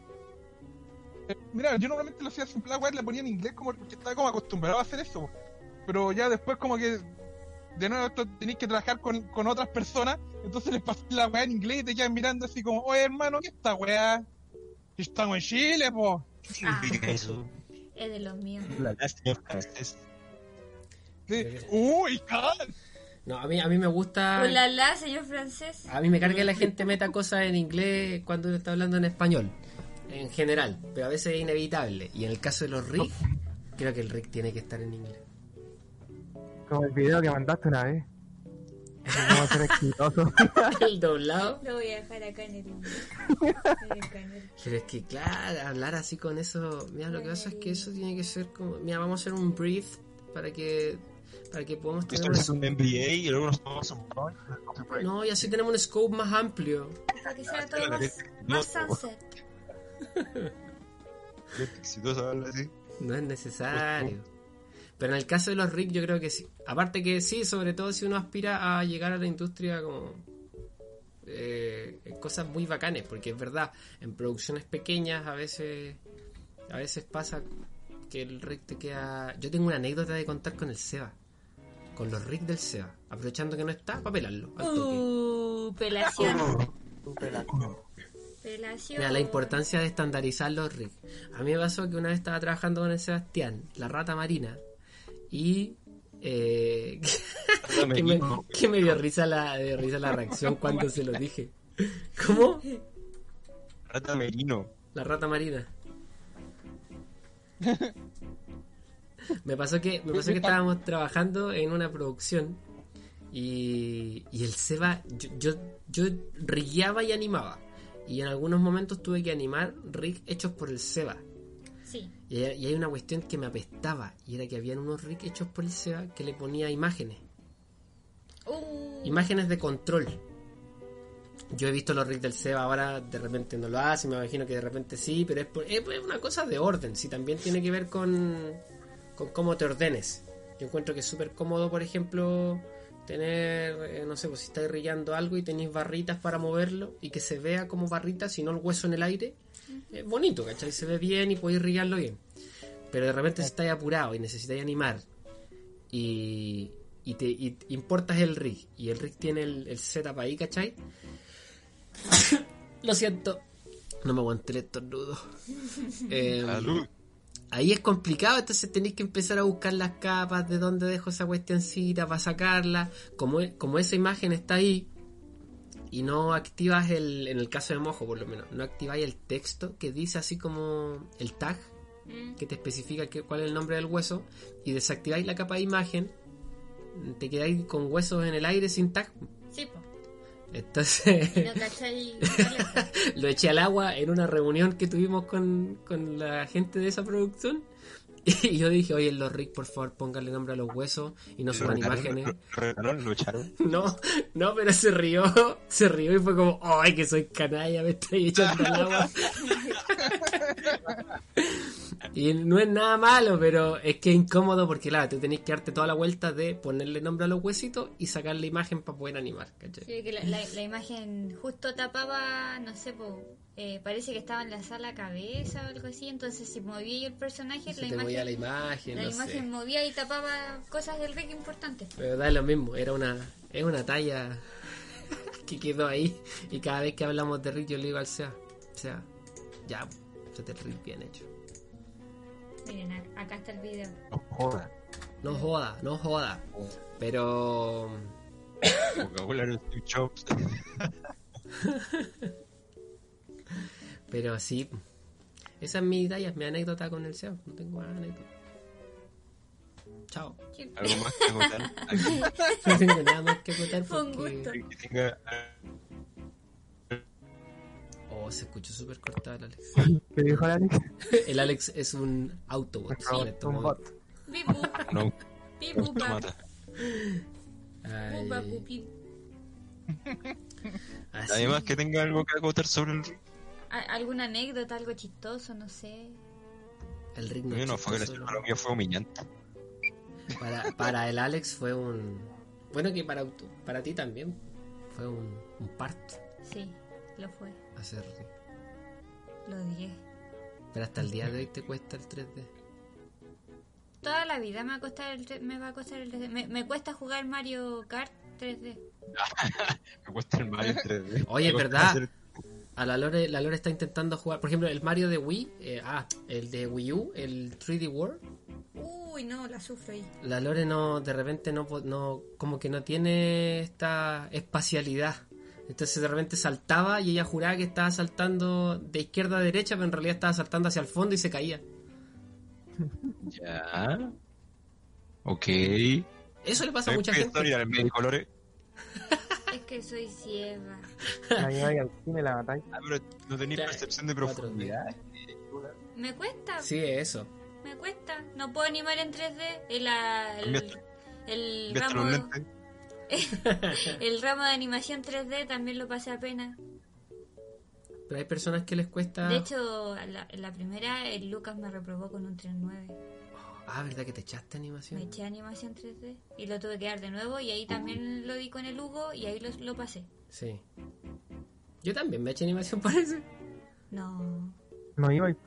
D: Mira, yo normalmente lo hacía simple, weá, le ponía en inglés como porque estaba como acostumbrado a hacer eso. Pero ya después como que de nuevo tenéis que trabajar con otras personas, entonces les pasé la weá en inglés y te quedan mirando así como, oye hermano, ¿qué esta weá? Estamos en Chile, po.
C: ¿Qué significa eso?
A: Es de los míos.
C: Señor francés.
D: Sí. Uy, cal.
B: No, a mí me gusta.
A: Ulala, señor francés.
B: A mí me carga que la gente meta cosas en inglés cuando uno está hablando en español. En general, pero a veces es inevitable. Y en el caso de los RIC, creo que el RIC tiene que estar en inglés.
E: Como el video que mandaste una vez. Vamos a ser exitosos.
B: El doblado.
A: Lo voy a dejar acá en el canal.
B: Pero es que, claro, hablar así con eso. Mira, lo que pasa es que eso tiene que ser como. Mira, vamos a hacer un brief para que podamos tener.
C: Esto es un MBA y luego nos tomamos un point.
B: No, y así tenemos un scope más amplio.
A: Para que sea todo más sunset.
C: Qué exitoso habla así.
B: No es necesario. Pero en el caso de los RIC yo creo que sí. Aparte que sí, sobre todo si uno aspira a llegar a la industria como cosas muy bacanes, porque es verdad, en producciones pequeñas a veces pasa que el rig te queda... Yo tengo una anécdota de contar con el Seba, con los rigs del Seba, aprovechando que no está, para pelarlo al toque.
A: Pelación.
E: Pelación.
A: Pelación.
B: Mira, la importancia de estandarizar los rigs. A mí me pasó que una vez estaba trabajando con el Sebastián, la rata marina, y que me dio risa la reacción cuando se lo dije. ¿Cómo?
C: Rata merino.
B: La rata marina. Me pasó que estábamos trabajando en una producción y el Seba, yo rigueaba y animaba, y en algunos momentos tuve que animar rigs hechos por el Seba.
A: Sí.
B: Y hay una cuestión que me apestaba, y era que habían unos rigs hechos por el Seba que le ponía imágenes. Imágenes de control. Yo he visto los rigs del Seba, ahora de repente no lo hace, me imagino que de repente sí, pero es una cosa de orden, sí, también tiene que ver con cómo te ordenes. Yo encuentro que es súper cómodo, por ejemplo, tener, no sé, pues si estáis rillando algo y tenéis barritas para moverlo y que se vea como barritas y no el hueso en el aire. Es bonito, ¿cachai? Se ve bien y podéis rillarlo bien. Pero de repente si estáis apurado y necesitáis animar y importas el rig y el rig tiene el setup ahí, ¿cachai? Lo siento, no me aguanté el estornudo.
C: Salud.
B: Ahí es complicado, entonces tenéis que empezar a buscar las capas, de dónde dejo esa cuestioncita para sacarla. Como esa imagen está ahí y no activas en el caso de Mojo por lo menos, no activáis el texto que dice así como el tag que te especifica cuál es el nombre del hueso, y desactiváis la capa de imagen, te quedáis con huesos en el aire sin tag.
A: Sí, po.
B: Entonces
A: No cachai.
B: lo eché al agua en una reunión que tuvimos con la gente de esa producción, y yo dije, oye, en los rigs por favor pónganle nombre a los huesos y no suban imágenes.
C: ¿Lo echaron?
B: No, pero se rió y fue como, ay, que soy canalla, me estoy echando al agua. Y no es nada malo, pero es que es incómodo porque, claro, te tenés que darte toda la vuelta de ponerle nombre a los huesitos y sacar la imagen para poder animar, ¿cachai?
A: Sí, que la imagen justo tapaba, no sé, parece que estaba en la sala cabeza o algo así, entonces si movía yo el personaje,
B: Se te movía la imagen,
A: la
B: no
A: imagen
B: sé.
A: movía y tapaba cosas del rig importantes.
B: Pero da lo mismo, es una talla que quedó ahí, y cada vez que hablamos de Rick yo le digo al Sea, ya, se te Rick bien hecho.
A: Miren, acá está el video.
C: No joda.
B: No joda. Pero
C: Vocabulario Steve Jobs.
B: Pero sí, esa es mi talla, es mi anécdota con el SEO. No tengo más anécdota. Chao.
A: Sí.
C: ¿Algo más que contar?
B: No tengo nada más que contar
A: Fue un
B: porque...
A: gusto.
C: Que tenga...
B: Oh, se escuchó súper cortado el Alex.
E: ¿Qué dijo el Alex?
B: El Alex es un Autobot en estos
E: Un
B: momentos.
E: bot.
A: Bibu,
C: No,
A: bibu,
C: automata.
B: Ay,
A: bupa, pupi.
B: así.
C: Además que tenga algo que contar sobre el ring.
A: ¿Alguna anécdota, algo chistoso, no sé?
B: El ritmo
C: Lo mío no fue
B: chistoso,
C: gracioso, lo mío fue humillante.
B: para el Alex fue un... Bueno, que para ti también fue un parto
A: Sí, lo fue.
B: hacer...
A: Lo odié.
B: Pero hasta el día de hoy te cuesta el 3D.
A: Toda la vida me va a costar el 3D. Me cuesta jugar Mario Kart 3D.
C: Me cuesta el Mario en 3D.
B: Oye, es
C: Me cuesta
B: verdad.
C: hacer-
B: La Lore está intentando jugar, por ejemplo, el Mario de Wii, el de Wii U, el 3D World.
A: Uy, no, la sufro ahí.
B: La Lore no, de repente no, como que no tiene esta espacialidad. Entonces de repente saltaba y ella juraba que estaba saltando de izquierda a derecha, pero en realidad estaba saltando hacia el fondo y se caía.
C: Ya. Ok.
B: Eso le pasa a mucha gente.
C: Ir al médico, Lore.
A: Es que soy ciega.
E: La lleváis al cine, la matáis.
C: Ah, pero no tenéis
B: Ya,
C: percepción de
B: 4D.
C: profundidad.
A: Me cuesta,
B: Sí, eso.
A: me cuesta. No puedo animar en 3D. El
C: ¿Ves
A: ramo,
C: los lentes?
A: el ramo de animación 3D también lo pasé apenas.
B: Pero hay personas que les cuesta...
A: De hecho, la primera, el Lucas me reprobó con un 3.9.
B: ¿Verdad que te echaste animación?
A: Me eché animación 3D y lo tuve que dar de nuevo, y ahí también lo di con el Hugo y ahí lo pasé.
B: Sí. Yo también me he hecho animación parece.
A: No.
E: No iba y...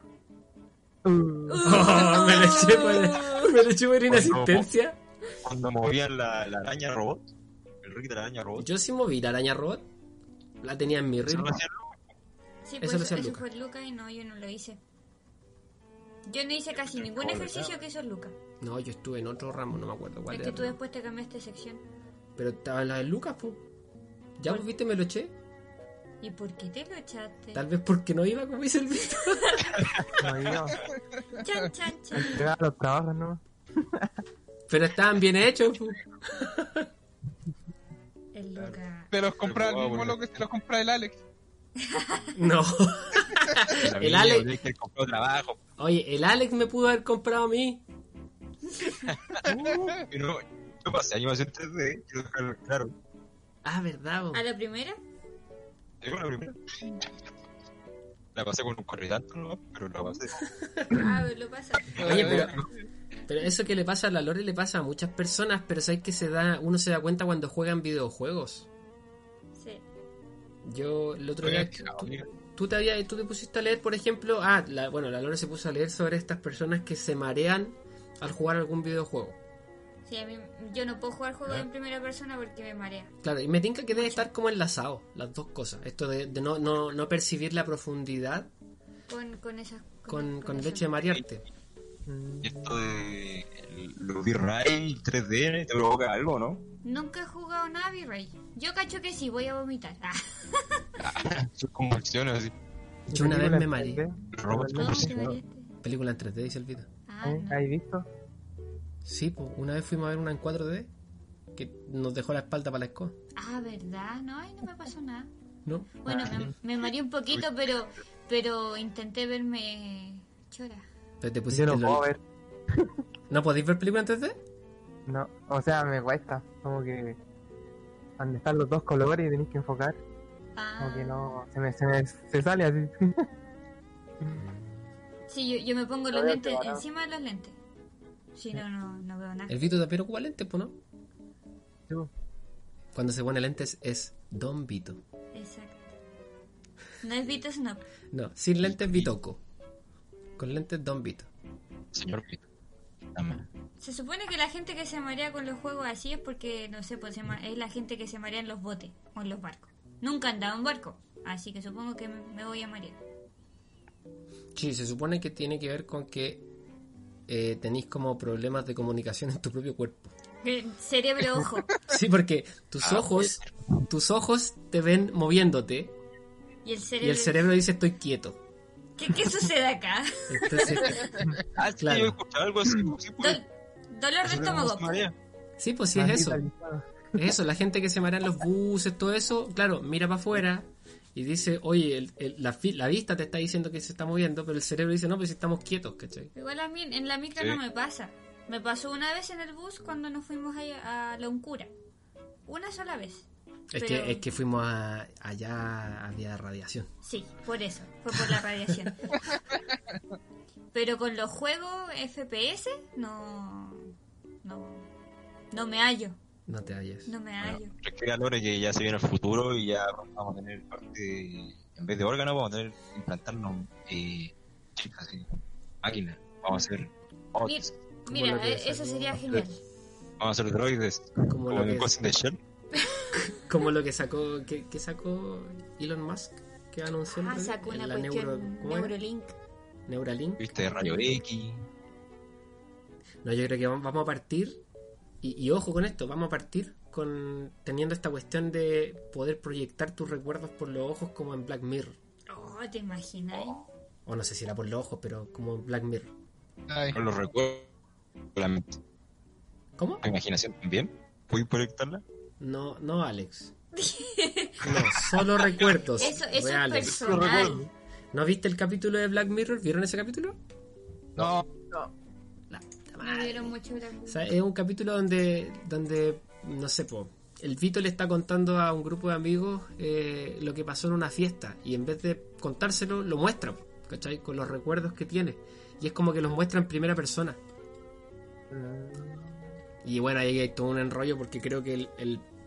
B: Oh, me lo eché por inasistencia.
C: Cuando movían la araña robot, el Rick de la araña robot.
B: Yo sí moví la araña robot. La tenía en mi
C: Eso
B: ritmo.
C: lo hacía
A: Sí,
B: Eso
A: pues
B: lo
A: eso,
B: hacía
A: eso
B: Luca.
A: fue Luca y no, yo no lo hice. Yo no hice casi ningún
C: pobre,
A: ejercicio
C: claro.
A: que hizo Luca.
B: No, yo estuve en otro ramo, no me acuerdo cuál
A: Es
B: era.
A: que tú después te cambiaste de sección.
B: Pero estaba en la de Lucas, pues. Ya, pues, viste, me lo eché.
A: ¿Y por qué te lo echaste?
B: Tal vez porque no iba como dice el Vito.
E: No iba.
A: Chan, chan, chan.
E: Entregaba los trabajos, ¿no?
B: Pero estaban bien hechos, pues.
A: El Luca.
D: Te los compra el
C: Pero,
D: mismo
C: bueno.
D: lo que se los compra el Alex.
B: No.
C: La
B: El
C: mía,
B: Alex-
C: tenés que comprar trabajo.
B: Oye, el Alex me pudo haber comprado a mí.
C: Pero yo pasé animación 3D, quiero dejarlo claro.
B: Ah, verdad, po.
A: ¿A la primera?
C: Llegó la primera. La pasé con un corridanto, ¿no? Pero la pasé.
A: Ah, lo pasa.
B: Oye, pero eso que le pasa a la Lore le pasa a muchas personas, pero sabes que uno se da cuenta cuando juegan videojuegos.
A: Sí.
B: Yo el otro día tú te pusiste a leer, por ejemplo, la Lore se puso a leer sobre estas personas que se marean al jugar algún videojuego.
A: Sí, a mí, yo no puedo jugar juegos en primera persona porque me marea.
B: Claro, y me tinca que debe estar como enlazado las dos cosas. Esto de no percibir la profundidad
A: Con esas
B: con el
A: eso.
B: hecho de marearte.
C: Y esto de los V-Ray 3D te provoca algo, ¿no?
A: Nunca he jugado nada V-Ray. Yo cacho que sí, voy a vomitar.
C: Son convulsiones así.
B: Yo una vez me mareé.
C: Los robots
A: ¿Cómo te
C: convulsionados.
A: mareaste?
B: Película en 3D, dice el Vito.
A: Ah, no.
E: ¿Has visto?
B: Sí, pues una vez fuimos a ver una en 4D que nos dejó la espalda para la escoba.
A: Ah, ¿verdad? No, ay, no me pasó nada.
B: ¿No?
A: Bueno, me mareé un poquito, pero intenté verme chora.
B: Pero te
E: Yo
B: pusiste
E: no puedo
B: LOL.
E: ver.
B: ¿No podéis ver película en 3D?
E: No, o sea, me cuesta. Como que... Donde están los dos colores y tenéis que enfocar.
A: Ah,
E: Como que no... Se sale así.
A: sí, yo me pongo los
E: Todavía
A: lentes
E: te va a-
A: encima de los lentes. Si no, no veo nada.
B: El Vito también ocupa lentes, pues, ¿no?
E: Sí, po.
B: Cuando se pone lentes es Don Vito.
A: Exacto. No es Vito Snob.
B: No, sin lentes Vitoco. Con lentes Don Vito.
C: Señor Pito. Dame.
A: Se supone que la gente que se marea con los juegos así es porque, no sé, pues es la gente que se marea en los botes o en los barcos. Nunca he andado en barco, así que supongo que me voy a marear.
B: Sí, se supone que tiene que ver con que tenéis como problemas de comunicación en tu propio cuerpo.
A: Cerebro, ojo.
B: Sí, porque tus ojos te ven moviéndote
A: Y el
B: y
A: cerebro...
B: el cerebro dice estoy quieto.
A: ¿Qué sucede acá?
B: Entonces,
C: Ah, sí,
B: Claro.
C: yo he escuchado algo así. Sí, pues.
A: Dolor de
C: Eso
A: estómago.
C: no se marea.
B: sí, pues sí es eso.
E: Digitalizado.
B: Es eso, la gente que se marea en los buses, todo eso, claro, mira para afuera y dice, oye, la vista te está diciendo que se está moviendo, pero el cerebro dice, no, pues si estamos quietos, ¿cachai?
A: Igual a mí en la micro
C: Sí.
A: no me pasa. Me pasó una vez en el bus cuando nos fuimos a la Uncura. Una sola vez. Pero-
B: Es que fuimos allá, había radiación.
A: Sí, por eso. Fue por la radiación. Pero con los juegos FPS no me hallo.
B: No te halles.
A: No me hallo.
C: Requiere Lore que ya se viene el futuro y ya vamos a tener parte, en vez de órganos, vamos a tener implantarnos chicas, así, máquinas. Vamos a hacer bots,
A: Mira,
B: lo que
A: eso
B: salió-
A: sería genial.
C: vamos a hacer droides,
B: Como
C: como
B: lo
C: en
B: que-
C: Ghost in the Shell.
B: Como lo que sacó, que sacó Elon Musk, que anunció el
A: Ah,
B: otro día,
A: sacó una
B: la
A: cuestión
B: ¿cómo era?
A: Neurolink.
B: Neuralink.
C: Viste, rayo X.
B: No, yo creo que vamos a partir, y ojo con esto, vamos a partir teniendo esta cuestión de poder proyectar tus recuerdos por los ojos como en Black Mirror.
A: Oh, ¿te imaginas?
B: O no sé si era por los ojos, pero como en Black Mirror.
D: Ay,
C: Con los recuerdos, con la mente.
B: ¿Cómo?
C: ¿Tu imaginación también? ¿Puedes proyectarla?
B: No, Alex. No, solo recuerdos
A: Eso es
B: reales.
A: personal.
B: ¿No viste el capítulo de Black Mirror? ¿Vieron ese capítulo?
D: no,
B: La puta
A: Me
B: madre.
A: dieron mucho Black
B: O sea, es un capítulo donde no sé, el Vito le está contando a un grupo de amigos lo que pasó en una fiesta y en vez de contárselo, lo muestra, ¿cachai? Con los recuerdos que tiene. Y es como que los muestra en primera persona. Y bueno, ahí hay todo un enrollo porque creo que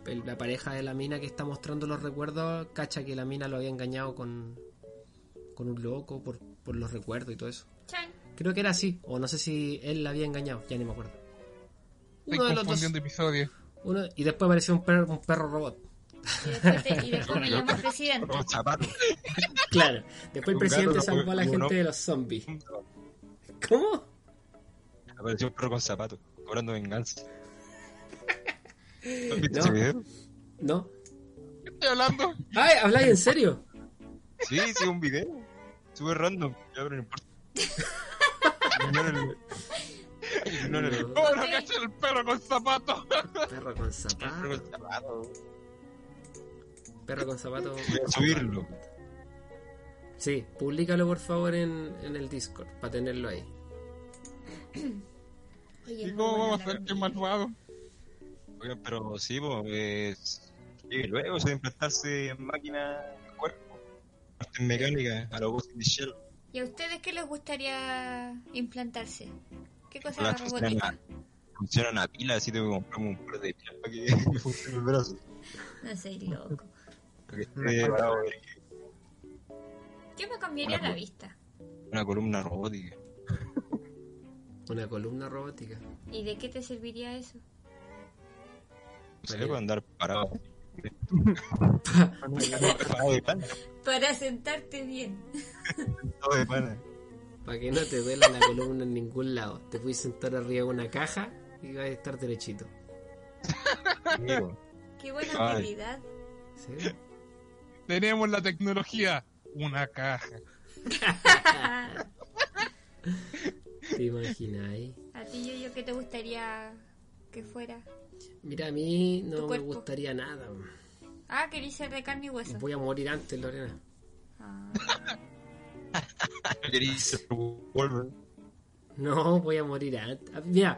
B: la pareja de la mina que está mostrando los recuerdos cacha que la mina lo había engañado con un loco por los recuerdos y todo eso.
A: Chan.
B: Creo que era así, o no sé si él la había engañado, ya ni me acuerdo.
D: Estoy
B: Uno de los dos.
D: confundiendo episodios.
B: Y después apareció un perro robot.
A: Y después me llamó presidente.
C: Con zapatos.
B: Claro, después el
C: Un
B: presidente
C: gato,
B: salvó a la
C: uno.
B: gente de los zombies. ¿Cómo?
C: Apareció un perro con zapatos, cobrando venganza. ¿No has visto
B: No.
C: ese video?
B: ¿No?
D: ¿Qué estoy hablando?
B: ¡Ay, habláis en serio!
C: Sí, sí, un video. Súper random. Ya, pero no importa. Ignórenlo. Ignórenlo.
D: Oh, no caché el perro con zapatos.
B: Perro con zapato.
C: Con zapatos.
B: Perro con zapato.
C: Voy a subirlo.
B: Sí, públicalo por favor en el Discord, para tenerlo ahí.
A: Oye,
D: ¿Y
A: muy
D: cómo
A: buena
D: vamos a
A: la
D: hacer que
A: noticia.
D: malvado?
C: Oigan, pero sí, pues. Y luego eso de implantarse en máquina cuerpo. Parte mecánica, a los Ghost in the Shell.
A: ¿Y a ustedes qué les gustaría implantarse? ¿Qué cosa
C: Ahora
A: robótica?
C: funcionan a pila, así tengo que comprarme un par de pilas para que me funcione el brazo.
A: No sé, loco.
C: Para que esté bravo,
A: Yo me cambiaría la vista.
C: una columna robótica.
B: Una columna robótica.
A: ¿Y de qué te serviría eso?
C: No sé, para andar parado.
E: Cuando
C: Parado de pana.
A: Para sentarte bien.
C: Todo de pana.
B: Para que no te duela la columna en ningún lado. Te puedes sentar arriba de una caja y vas a estar derechito.
C: Amigo.
A: Qué buena
C: Ay.
A: habilidad.
B: ¿Sí?
D: Tenemos la tecnología. Una caja.
B: ¿Te imagináis?
A: A ti, yo, ¿qué te gustaría que fuera?
B: Mira, a mí
A: Tu
B: no me
A: cuerpo.
B: gustaría nada.
A: Ah, querís ser de carne y hueso.
B: Voy a morir antes, Lorena.
A: Ah,
C: ¿Queréis ser Wolverine?
B: No, voy a morir antes. Mira,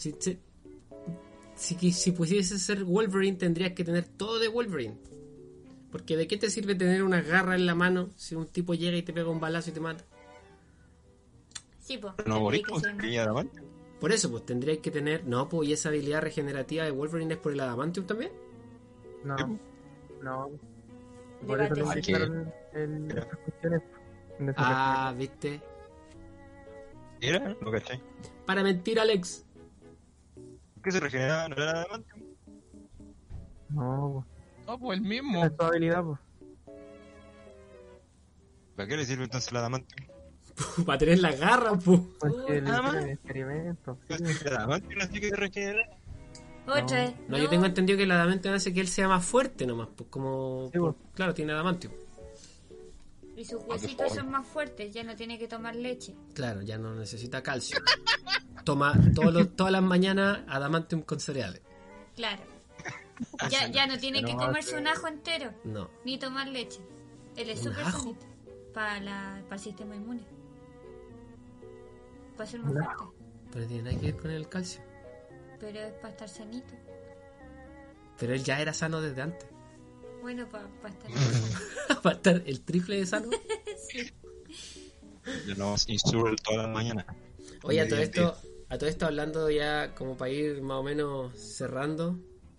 B: si pudiese ser Wolverine tendrías que tener todo de Wolverine. Porque ¿de qué te sirve tener una garra en la mano si un tipo llega y te pega un balazo y te mata?
A: sí, pues.
C: No morís con pequeña adamante.
B: Por eso, pues tendríais que tener... No, pues, ¿y esa habilidad regenerativa de Wolverine es por el adamantium también?
E: No, no.
A: De
E: Por eso le
A: bate.
E: indicaron las cuestiones. En esa
B: Ah, ¿viste?
C: ¿Era? No caché.
B: Para mentir, Alex.
C: ¿Qué se regeneraba? ¿No era adamante?
E: No,
D: No, pues el
E: pues,
D: mismo.
E: es su habilidad, pues.
C: ¿Para qué le sirve entonces el adamante?
B: Para tener la garra, pues.
E: Porque le
C: nada más.
E: hicieron experimentos. sí.
C: ¿El adamante no así que se regenera?
A: Otra vez.
B: No, yo tengo entendido que el adamantium hace que él sea más fuerte nomás. Pues como...
E: Sí, pues.
B: Claro, tiene adamantium.
A: Y sus huesitos son más fuertes, ya no tiene que tomar leche.
B: Claro, ya no necesita calcio. Toma todas las mañanas adamantium con cereales.
A: Claro. Ya no tiene que
C: No,
A: comerse un ajo entero,
B: No.
A: ni tomar leche. Él es
B: ¿Un
A: súper
B: ajo?
A: sanito para el sistema inmune. Para ser más
E: ¿Un
A: fuerte.
B: Pero no tiene nada que ver con el calcio.
A: Pero es para estar sanito.
B: Pero él ya era sano desde antes.
A: Bueno, para estar sano.
B: Para estar el triple de sano.
A: Sí.
C: Yo no insurro todas las mañanas.
B: Oye, a todo esto hablando ya como para ir más o menos cerrando.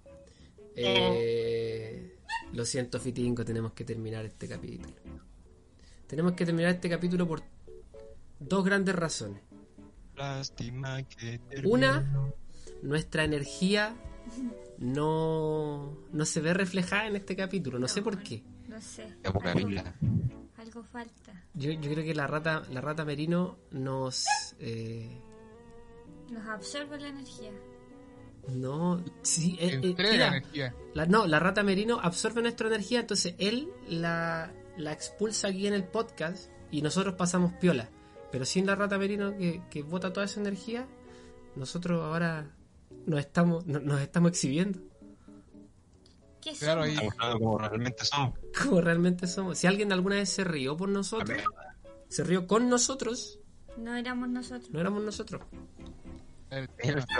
B: Lo siento, Fitingo, tenemos que terminar este capítulo. Tenemos que terminar este capítulo por dos grandes razones.
C: Lástima que terminó.
B: Una, nuestra energía no se ve reflejada en este capítulo. No sé por qué.
A: No sé.
C: La poca pila.
A: Algo falta.
B: Yo creo que la rata merino nos...
A: Nos absorbe la energía.
B: no, sí,
D: Entrega
B: mira,
D: energía.
B: la rata merino absorbe nuestra energía, entonces él la expulsa aquí en el podcast y nosotros pasamos piola. Pero sin la rata merino que bota toda esa energía, nosotros ahora nos estamos exhibiendo
A: ¿Qué somos?
D: Claro, ahí.
C: Estamos hablando como realmente somos.
B: como realmente somos. Si alguien alguna vez se rió por nosotros, se rió con nosotros,
A: No éramos nosotros.
B: no éramos nosotros.
D: El-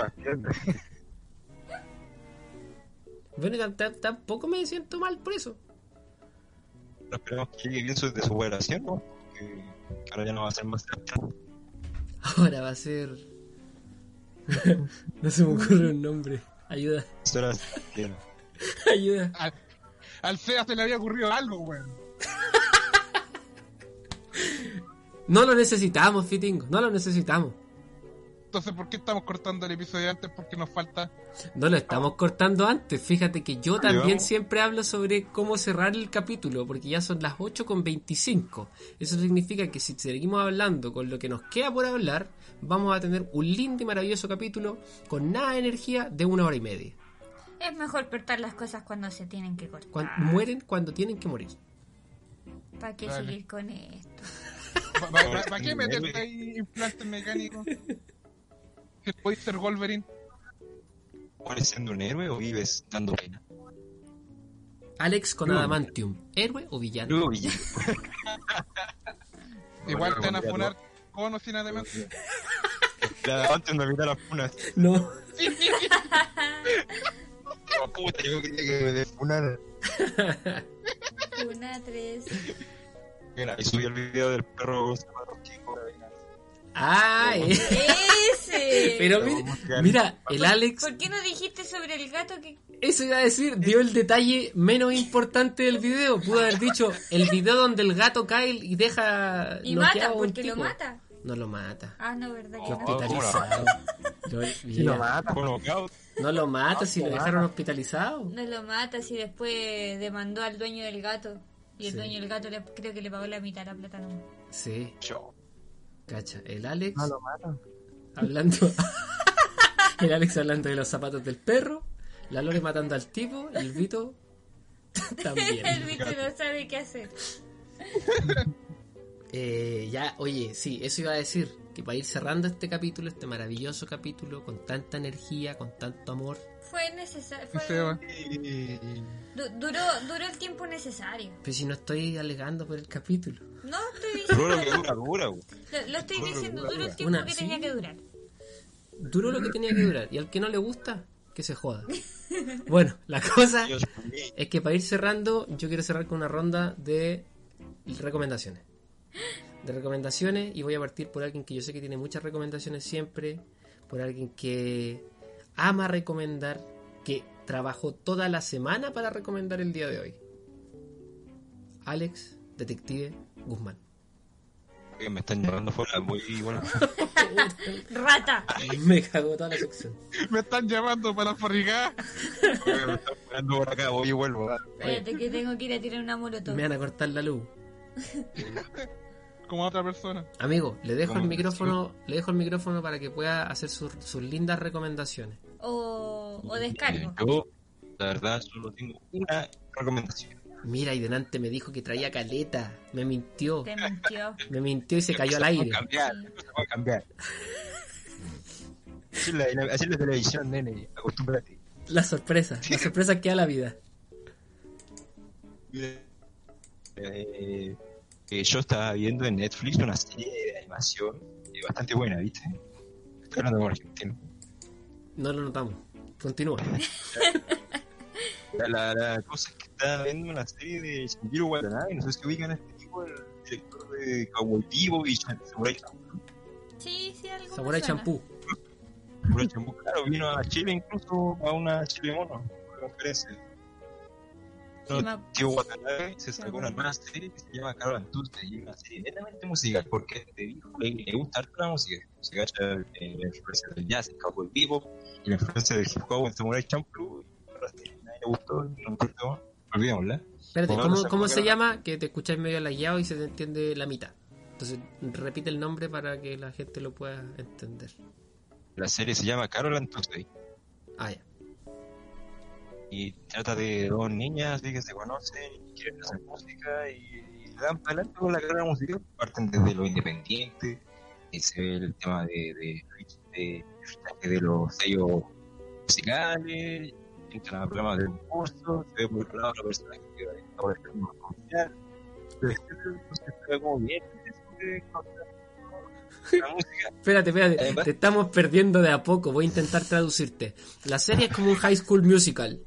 B: Bueno, tampoco me siento mal por eso.
C: Pero esperemos que llegue bien de su operación, ¿no? Que ahora ya no va a ser más cercano.
B: Ahora va a ser... no se me ocurre un nombre. Ayuda.
C: Eso era bien.
B: Ayuda.
D: Al SEA se le había ocurrido algo, weón.
B: No lo necesitamos, Fitingo, no lo necesitamos.
D: Entonces, ¿por qué estamos cortando el episodio antes? Porque nos falta...
B: No lo estamos cortando antes. Fíjate que yo también
C: vamos.
B: siempre hablo sobre cómo cerrar el capítulo, porque ya son las 8:25. Eso significa que si seguimos hablando con lo que nos queda por hablar, vamos a tener un lindo y maravilloso capítulo con nada de energía de 1 hora y media.
A: Es mejor cortar las cosas cuando se tienen que cortar.
B: Mueren cuando tienen que morir.
A: ¿Para qué
D: Vale.
A: seguir con esto?
D: ¿Para qué meterte ahí implantes mecánicos? ¿Que podéis ser Wolverine?
C: ¿Mueres siendo un héroe o vives dando pena?
B: Alex con
C: No.
B: adamantium, ¿héroe o villano?
C: Luego villano.
D: Igual te van a poner con o sin además.
C: Antes no mira las funas.
B: No.
C: Oh, puta, yo quería que me defunaran.
A: 1, 3.
C: Mira, y subí el video del perro con zapatos chicos.
B: ¡Ah!
A: ¡Ese!
B: Pero mira, el Alex,
A: ¿Por qué no dijiste sobre el gato que...
B: eso iba a decir, dio el detalle menos importante del video. Pudo haber dicho el video donde el gato cae y deja
A: Y
B: noqueado
A: mata?
B: a un
A: Porque lo
B: tipo.
A: mata.
B: No lo mata.
A: Ah, no, ¿verdad que
B: Lo
A: no?
B: hospitalizado.
E: Si lo mata.
C: Con knockout.
B: No lo mata si lo dejaron hospitalizado.
A: No lo mata si después demandó al dueño del gato. Y el
B: Sí.
A: dueño del gato creo que le pagó la mitad de la plata nomás.
B: Sí,
C: Yo.
B: cacha. El Alex
E: No lo matan.
B: hablando. El Alex hablando de los zapatos del perro. La Lore matando al tipo. Y el Vito
A: El
B: también.
A: bicho no sabe qué hacer.
B: Ya, oye, sí, eso iba a decir. Que para ir cerrando este capítulo, este maravilloso capítulo, con tanta energía, con tanto amor.
A: Fue necesario.
D: Sí, va.
A: Duró el tiempo necesario.
B: Pero si no estoy alegando por el capítulo.
A: No estoy
C: Duro lo
A: diciendo.
C: que dura, güey.
A: Lo estoy diciendo, duró el tiempo
B: Una-
A: que
B: sí.
A: tenía que durar.
B: Duró lo que tenía que durar. Y al que no le gusta, que se joda. Bueno, la cosa
C: Dios mío.
B: es que para ir cerrando, yo quiero cerrar con una ronda de recomendaciones. Y voy a partir por alguien que yo sé que tiene muchas recomendaciones siempre. Por alguien que ama recomendar, que trabajó toda la semana para recomendar el día de hoy. Alex, Detective Guzmán.
C: Que me están llevando fuera, muy bueno.
A: ¡Rata!
B: Me cagó toda la sección.
D: Me están llamando para la forrigada.
C: Me están esperando por acá, voy y vuelvo.
A: Espérate que tengo que ir a tirar una molotov.
B: Me van a cortar la luz.
D: Como a otra persona.
B: Amigo, le dejo el
C: ¿Cómo?
B: micrófono para que pueda hacer sus lindas recomendaciones.
A: O descargo.
C: Yo, la verdad, solo tengo una recomendación.
B: Mira, y delante me dijo que traía caleta. Me mintió.
A: Te mintió.
B: Me mintió y se cayó al aire.
C: Va a cambiar,
A: Sí.
C: se va a cambiar. Así es la televisión, nene, acostúmbrate.
B: La sorpresa que da la vida.
C: Yo estaba viendo en Netflix una serie de animación bastante buena, ¿viste? Estoy hablando con argentino.
B: No lo notamos. Continúa.
C: La cosa es que estaba viendo una serie de Shinichiro Watanabe, no sé si ubican a este tipo, el director de Cowboy Bebop y Samurai Champloo.
A: Sí, algo
B: Samurai
A: me suena.
B: Champú.
C: Samurai Champloo, claro, vino a Chile incluso a una Chile Mono, una conferencia.
A: Sí,
C: Tío Watanabe se sacó una nueva serie que se llama Carol and Tuesday, y es una serie netamente musical, porque a este viejo le gusta harto la música. Se cacha la influencia del jazz en Cowboy Bebop y la influencia del hip hop en Samurai Champloo. Nadie le gustó, no importa, olvidémosla.
B: Espérate,
C: No,
B: ¿cómo,
C: no sé
B: cómo
C: por qué
B: se
C: no.
B: llama? Que te escucháis medio lagueado y se te entiende la mitad. Entonces, repite el nombre para que la gente lo pueda entender.
C: La serie se llama Carol and Tuesday
B: Ah, ya.
C: y trata de dos niñas así que se conocen y quieren hacer música y le dan para adelante con la carrera musical. Parten desde lo independiente y se ve el tema de los sellos musicales, entran a programas de concurso, se ve por otro lado la persona que va por el ritmo comercial, pero se ve como bien, la música.
B: Espérate,
C: Además-
B: te estamos perdiendo de a poco. Voy a intentar traducirte. La serie es como un High School Musical,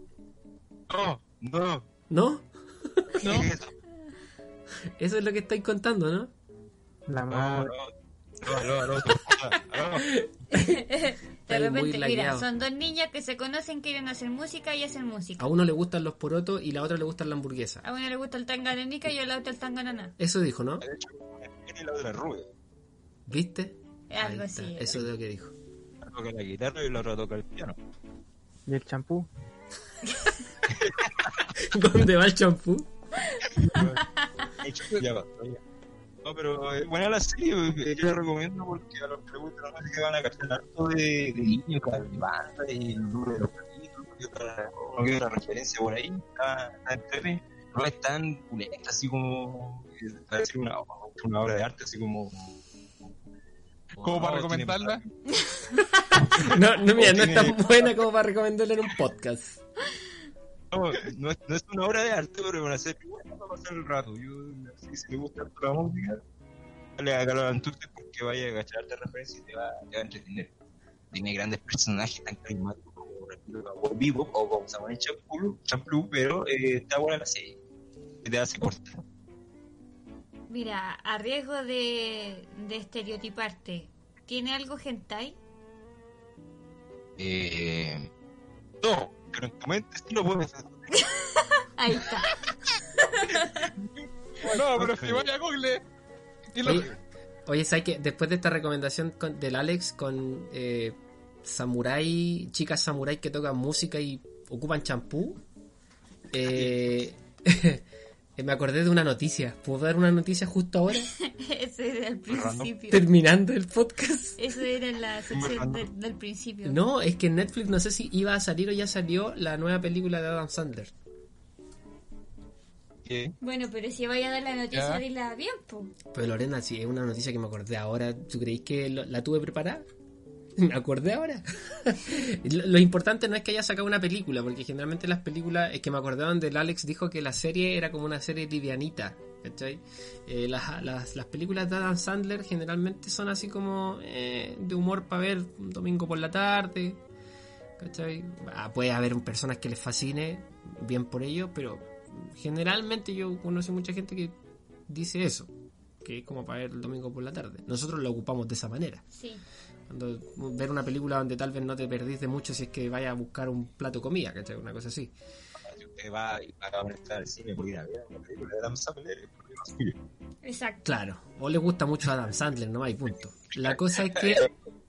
C: No,
B: ¿no?
C: ¿qué es eso?
B: Eso es lo que estáis contando, ¿no?
E: La
C: No,
E: madre.
C: no.
B: está ahí muy
A: repente, mira,
B: lagueado.
A: son dos niñas que se conocen, quieren hacer música y hacen música.
B: A uno le gustan los porotos y a la otra le gustan la hamburguesa.
A: A una le gusta el tanganica y a la otra el tangananá.
B: Eso dijo, ¿no?
C: De hecho, una es negra y la otra es rubia.
B: ¿Viste?
A: Algo
B: Ahí está.
A: así.
B: Eso es lo que dijo.
C: Una toca la guitarra y la otra toca el piano.
E: ¿Y el champú?
B: ¿Dónde va el champú?
C: De hecho, ya va, ya. No, pero buena la serie, yo la recomiendo porque a los que les gusta la música van a cachar harto de niños, de banda y el nombre de los capítulos, y otra referencia por ahí, está entrete. No es tan pulenta así como parece una obra de arte, así como
D: Como para recomendarla.
B: No, mira, no es tan
C: tiene-
B: buena como para recomendarla en un podcast.
C: No es una obra de arte, pero es una serie buena para pasar el rato. Yo, si le gusta harto la música, dale a Carlos Antúnez porque vaya a agachar de referencia y te va a entretener. Tiene grandes personajes tan carismáticos como Cowboy Bebop o como Samuel Champloo, pero está buena la serie. Y te hace corta.
A: Mira, a riesgo de estereotiparte, ¿tiene algo hentai?
C: No, pero en tu mente sí lo puedes hacer.
A: Ahí está.
D: No, pero si voy a Google. Y lo...
B: Oye, ¿sabes qué? Después de esta recomendación del Alex con chicas samurai que tocan música y ocupan champú, me acordé de una noticia. ¿Puedo dar una noticia justo ahora?
A: Ese era el principio.
B: Terminando el podcast.
A: Eso era la sección del principio.
B: No, es que en Netflix no sé si iba a salir o ya salió la nueva película de Adam Sandler.
C: ¿Qué?
A: Bueno, pero si vaya a dar la noticia,
D: Ya.
A: dila bien, po.
B: Pero Lorena, si es una noticia que me acordé ahora, ¿tú creéis que la tuve preparada? Me acordé ahora. Lo importante no es que haya sacado una película, porque generalmente las películas, es que me acordé donde el Alex dijo que la serie era como una serie livianita, ¿cachai? Las películas de Adam Sandler generalmente son así como de humor para ver un domingo por la tarde, ¿cachai? Puede haber personas que les fascine, bien por ello, pero generalmente yo conocí mucha gente que dice eso, que es como para ver el domingo por la tarde. Nosotros lo ocupamos de esa manera.
A: Sí.
B: Cuando ver una película donde tal vez no te perdís de mucho si es que vayas a buscar un plato de comida, ¿cachai? Una cosa así.
C: Si usted va a conectar al cine por ir a ver una película de Adam Sandler, es porque no suyo.
A: Exacto.
B: Claro, o le gusta mucho a Adam Sandler, no hay punto. La cosa es que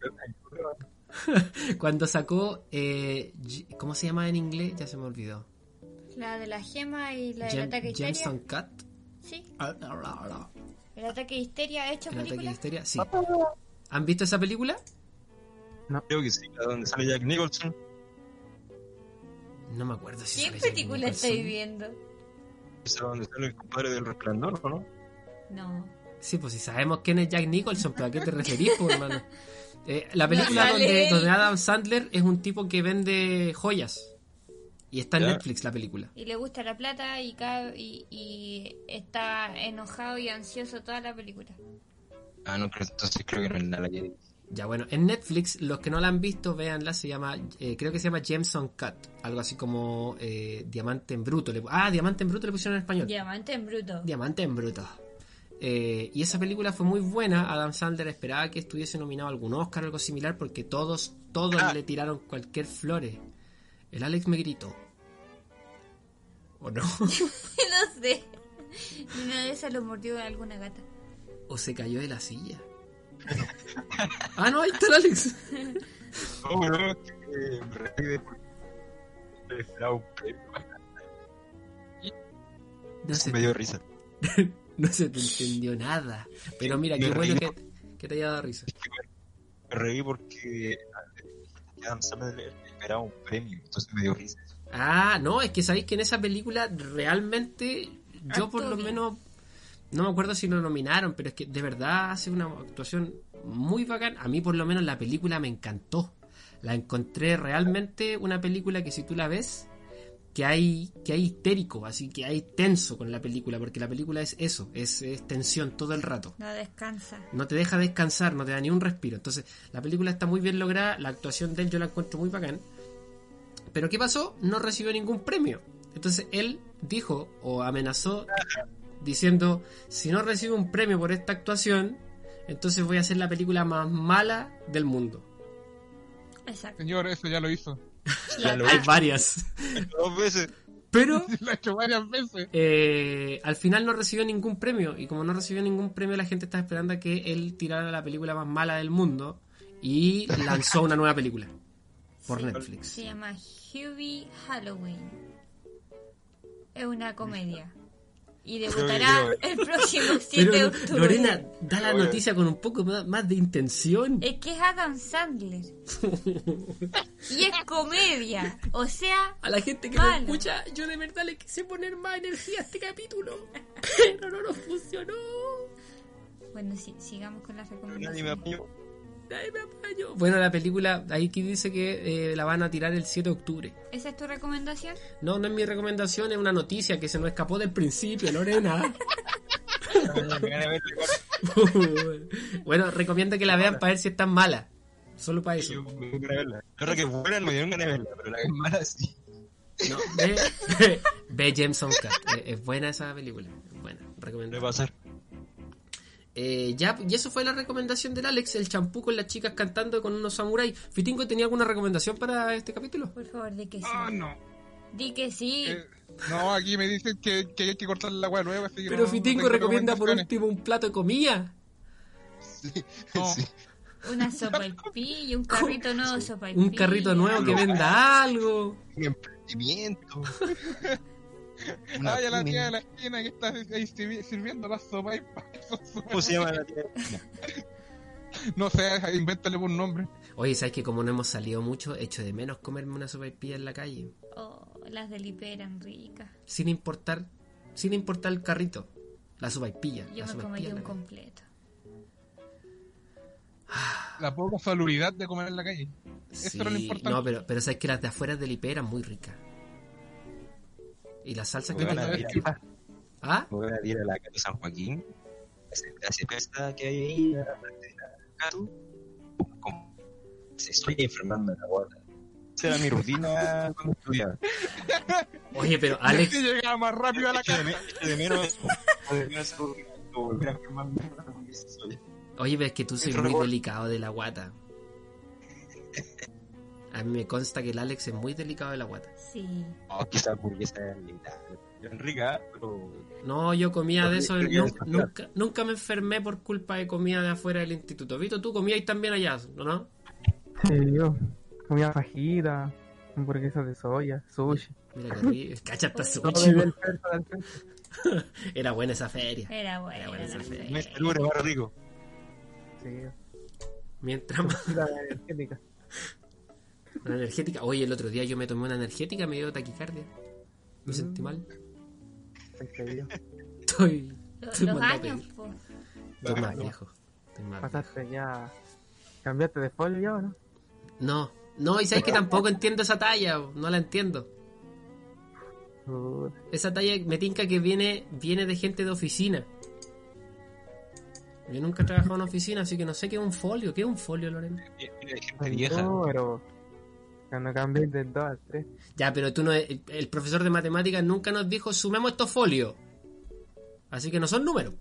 B: cuando sacó, ¿cómo se llama en inglés? Ya se me olvidó.
A: La de la gema y la del ataque de histeria.
B: Jameson Cat.
A: Sí.
B: El
A: El ataque de histeria hecho
B: ataque de
A: película.
B: histeria, sí. ¿Han visto esa película?
C: Creo que sí, la donde sale Jack Nicholson.
B: No me acuerdo si
A: ¿Qué
B: sale Jack
A: película
B: Nicholson.
A: estáis viendo?
C: Esa donde sale el compadre del Resplandor, ¿o no?
A: No.
B: Sí, pues si sabemos quién es Jack Nicholson, ¿pero a qué te referís, pues, hermano? La película
A: No sale
B: donde
A: él.
B: Adam Sandler es un tipo que vende joyas. Y está en
C: Ya.
B: Netflix la película.
A: Y le gusta la plata y está enojado y ansioso toda la película.
C: Ah, no, pero entonces creo que no es nada que...
B: Ya, bueno, en Netflix, los que no la han visto, véanla, se llama, creo que se llama Jameson Cut, algo así como Diamante en Bruto. Diamante en Bruto le pusieron en español.
A: Diamante en bruto.
B: Diamante en Bruto. Y esa película fue muy buena. Adam Sandler esperaba que estuviese nominado a algún Oscar o algo similar porque todos le tiraron cualquier flores. El Alex me gritó. ¿O no?
A: No sé. Ni una de esas lo mordió alguna gata.
B: ¿O se cayó de la silla? No, ahí está el Alex.
C: No, pero es que me reí porque esperaba un premio.
B: No se,
C: Me dio risa.
B: no se te entendió nada. Pero mira, qué bueno que te haya dado risa.
C: Me reí porque Adam Sandler esperaba un premio, entonces me dio risa.
B: No, es que sabéis que en esa película realmente yo por lo
A: Actuó bien.
B: menos no me acuerdo si lo nominaron, pero es que de verdad hace una actuación muy bacán. A mí por lo menos la película me encantó. La encontré realmente una película que si tú la ves, que hay histérico, así que hay tenso con la película, porque la película es eso, es tensión todo el rato.
A: No descansa.
B: No te deja descansar, no te da ni un respiro. Entonces, la película está muy bien lograda, la actuación de él yo la encuentro muy bacán. Pero ¿qué pasó? No recibió ningún premio. Entonces, él dijo o amenazó diciendo, si no recibo un premio por esta actuación, entonces voy a hacer la película más mala del mundo.
A: Exacto.
D: Señor, eso ya lo hizo.
C: Ya lo
B: Hay
C: he hecho
B: varias.
C: 2 veces.
B: Pero
D: Lo ha hecho varias veces.
B: al final no recibió ningún premio. Y como no recibió ningún premio, la gente está esperando a que él tirara la película más mala del mundo. Y lanzó una nueva película por
A: Sí.
B: Netflix.
A: Se llama Hubie Halloween. Es una comedia. Y debutará el próximo 7 de
B: Pero
A: octubre.
B: Lorena, da la noticia con un poco más de intención.
A: Es que es Adam Sandler. Y es comedia. O sea,
B: A la gente que
A: malo.
B: me escucha, yo de verdad le quise poner más energía a este capítulo. Pero no nos funcionó.
A: bueno, sí, sigamos con las
C: Nadie me
A: recomendaciones.
C: apañó.
B: Ay, me apaño. Bueno, la película, ahí que dice que la van a tirar el 7 de octubre.
A: ¿Esa es tu recomendación?
B: No, no es mi recomendación, es una noticia que se nos escapó del principio, Lorena.
C: Me gané verla.
B: Bueno, recomiendo que la vean para ver si es tan mala. Solo para eso.
C: Yo me dio ganas de verla. La verdad que es buena, no me dieron ganas de verla, pero la que es mala sí.
B: No, ve Jameson Cat. Es buena esa película. Es buena,
C: ¿Qué va a
B: recomendada.
C: pasar?
B: Ya, y eso fue la recomendación del Alex, el champú con las chicas cantando con unos samuráis. Fitingo, ¿tenía alguna recomendación para este capítulo?
A: Por favor, di que sí.
D: Ah, no.
A: Di que sí.
D: No, aquí me dicen que hay que cortar la agua nueva. Así que
B: Pero
D: no
B: Fitingo
D: tengo
B: recomienda por
D: recomendaciones.
B: último un plato de comida.
D: No.
C: Sí.
A: Una sopa y pillo, un carrito nuevo sopa y
B: Un carrito nuevo que venda algo.
C: Un emprendimiento.
D: Ah, ya la
C: pyme.
D: tía de la esquina que está ahí sirviendo la sopa y
C: ¿Cómo se llama la tía?
D: no sé, invéntale por un nombre.
B: Oye, ¿sabes que como no hemos salido mucho, echo de menos comerme una sopaipilla en la calle?
A: Oh, las del IP eran ricas.
B: Sin importar el carrito. La sopaipilla.
A: Yo
B: la
A: me
B: sopaipilla
A: comí
B: en
A: un
B: la calle.
A: completo.
D: La poca salubridad de comer en la calle. Eso era lo
B: Sí,
D: importante.
B: no, pero sabes que las de afuera del IP eran muy ricas. Y las salsas que
C: Me van a
B: tenían.
C: tirar-
B: ¿Ah?
C: me voy a ir a la calle San Joaquín. Esa pesta que hay ahí, a la parte de la Catu. Como se estoy enfermando de la guata. Esa era mi rutina cuando estudiaba.
B: Oye, pero
D: Así
B: Alex,
D: llegaba más rápido a la casa.
C: Echo de menos eso. Echo de menos esa rutina. Como volver a enfermarme de la guata, porque eso soy.
B: oye, pero es que tú soy
C: Otro
B: muy
C: recuerdo.
B: delicado de la guata. A mí me consta que el Alex es muy delicado de la guata.
A: Sí.
C: Oh, que esa hamburguesa era rica, pero
B: No, yo comía de eso,
C: Pero yo-
B: nunca me enfermé por culpa de comida de afuera del instituto. Vito, tú comías también allá, ¿no?
E: Sí, yo comía fajitas, hamburguesas de soya, sushi.
B: Mira que rico, cachata
E: Todo
B: sushi.
E: desde el cerdo al frente.
B: Era buena esa feria.
A: Era bueno.
B: Era buena esa feria.
C: no es seguro, es más rico.
E: Sí,
B: Mientras más
E: la energética.
B: una energética. Oye, el otro día yo me tomé una energética, me dio taquicardia. Me sentí mal. Estoy
A: Los
B: mandado a
A: años,
B: pedir.
A: po.
B: Estoy más viejo. Estoy más viejo.
E: Pasaste ya. ¿Cambiaste de folio ya o no?
B: No, y sabes que tampoco entiendo esa talla, no la entiendo. Esa talla me tinca que viene de gente de oficina. Yo nunca he trabajado en oficina, así que no sé qué es un folio. ¿Qué es un folio, Lorena?
C: Mira, hay gente vieja.
E: No, pero cuando cambies del 2 al 3.
B: Ya, pero tú no, el profesor de matemáticas nunca nos dijo sumemos estos folios. Así que no son números.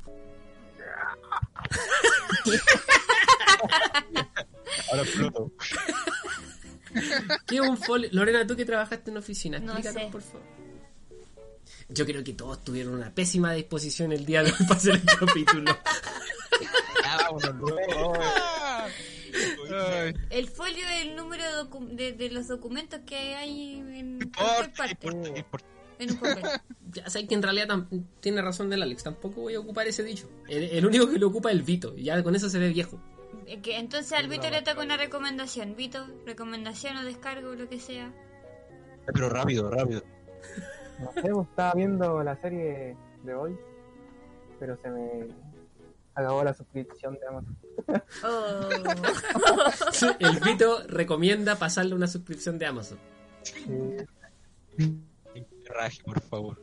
C: Ahora exploto.
B: ¿Qué es un folio? Lorena, tú que trabajaste en oficina,
A: No
B: explícanos,
A: sé.
B: por favor. Yo creo que todos tuvieron una pésima disposición el día de hoy para hacer el capítulo.
C: Ah, vámonos luego.
D: Ay,
A: El folio es el número de los documentos que hay en
C: No
A: cualquier
C: importa,
A: parte.
C: no importa.
A: En un papel.
B: Ya sabes que en realidad tiene razón del Alex, tampoco voy a ocupar ese dicho. El único que lo ocupa es el Vito, y ya con eso se ve viejo.
A: Que entonces al Vito le toca una recomendación. Vito, recomendación o descargo, lo que sea.
C: Pero rápido, rápido.
E: No sé, pues, estaba viendo la serie de hoy, pero se me acabó la suscripción de Amazon.
A: Oh.
B: El Vito recomienda pasarle una suscripción de Amazon.
C: Raje, por favor.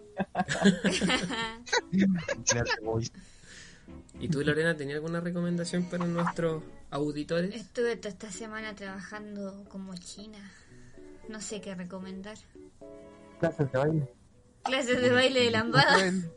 B: ¿Y tú, Lorena, tenías alguna recomendación para nuestros auditores?
A: Estuve toda esta semana trabajando como china. No sé qué recomendar.
E: Clases de baile.
A: Clases de baile de lambada.
D: bueno,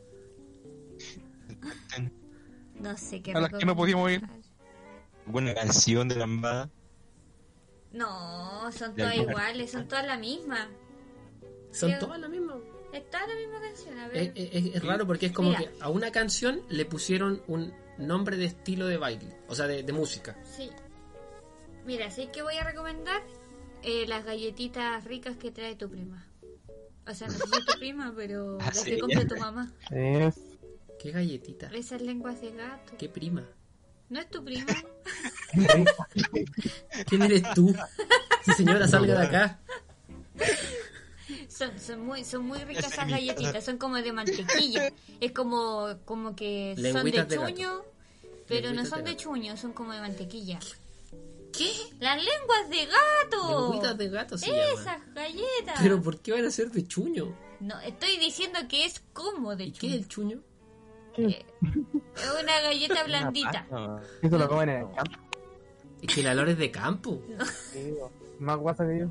A: No sé qué
D: A las que no pudimos ir.
C: Buena canción de lambada.
A: No, son
C: De
A: todas
C: alguna-
A: iguales, son todas la misma.
B: Son
A: Sí.
B: todas las mismas.
A: Está la misma canción, a ver.
B: Es raro porque es como
A: Mira.
B: que a una canción le pusieron un nombre de estilo de baile, o sea, de música.
A: Sí. Mira, sí que voy a recomendar las galletitas ricas que trae tu prima. O sea, no sé si es tu prima, pero las
C: sí.
A: que compra tu mamá.
E: Es
B: ¿Qué galletita?
A: Esas lenguas de gato.
B: ¿Qué prima?
A: ¿No es tu prima?
B: ¿Quién eres tú? Sí, señora, salga de acá.
A: Son muy ricas
C: Esa
A: esas
C: es mi-
A: galletitas, son como de mantequilla. Es como que son de
B: Lengüitas de gato.
A: chuño, pero no
B: Lengüitas
A: son
B: de
A: de
B: gato.
A: chuño, son como de mantequilla.
B: ¿Qué?
A: ¡Las lenguas de gato!
B: Lengüitas de gato se llaman.
A: Esas galletas.
B: Pero ¿por qué van a ser de chuño?
A: No, estoy diciendo que es como de
B: ¿Y qué es
A: chuño.
B: el chuño?
A: Es una galleta blandita.
C: No,
E: eso lo comen en el campo.
B: Es que la lore es de campo.
E: Sí, más guasa que yo.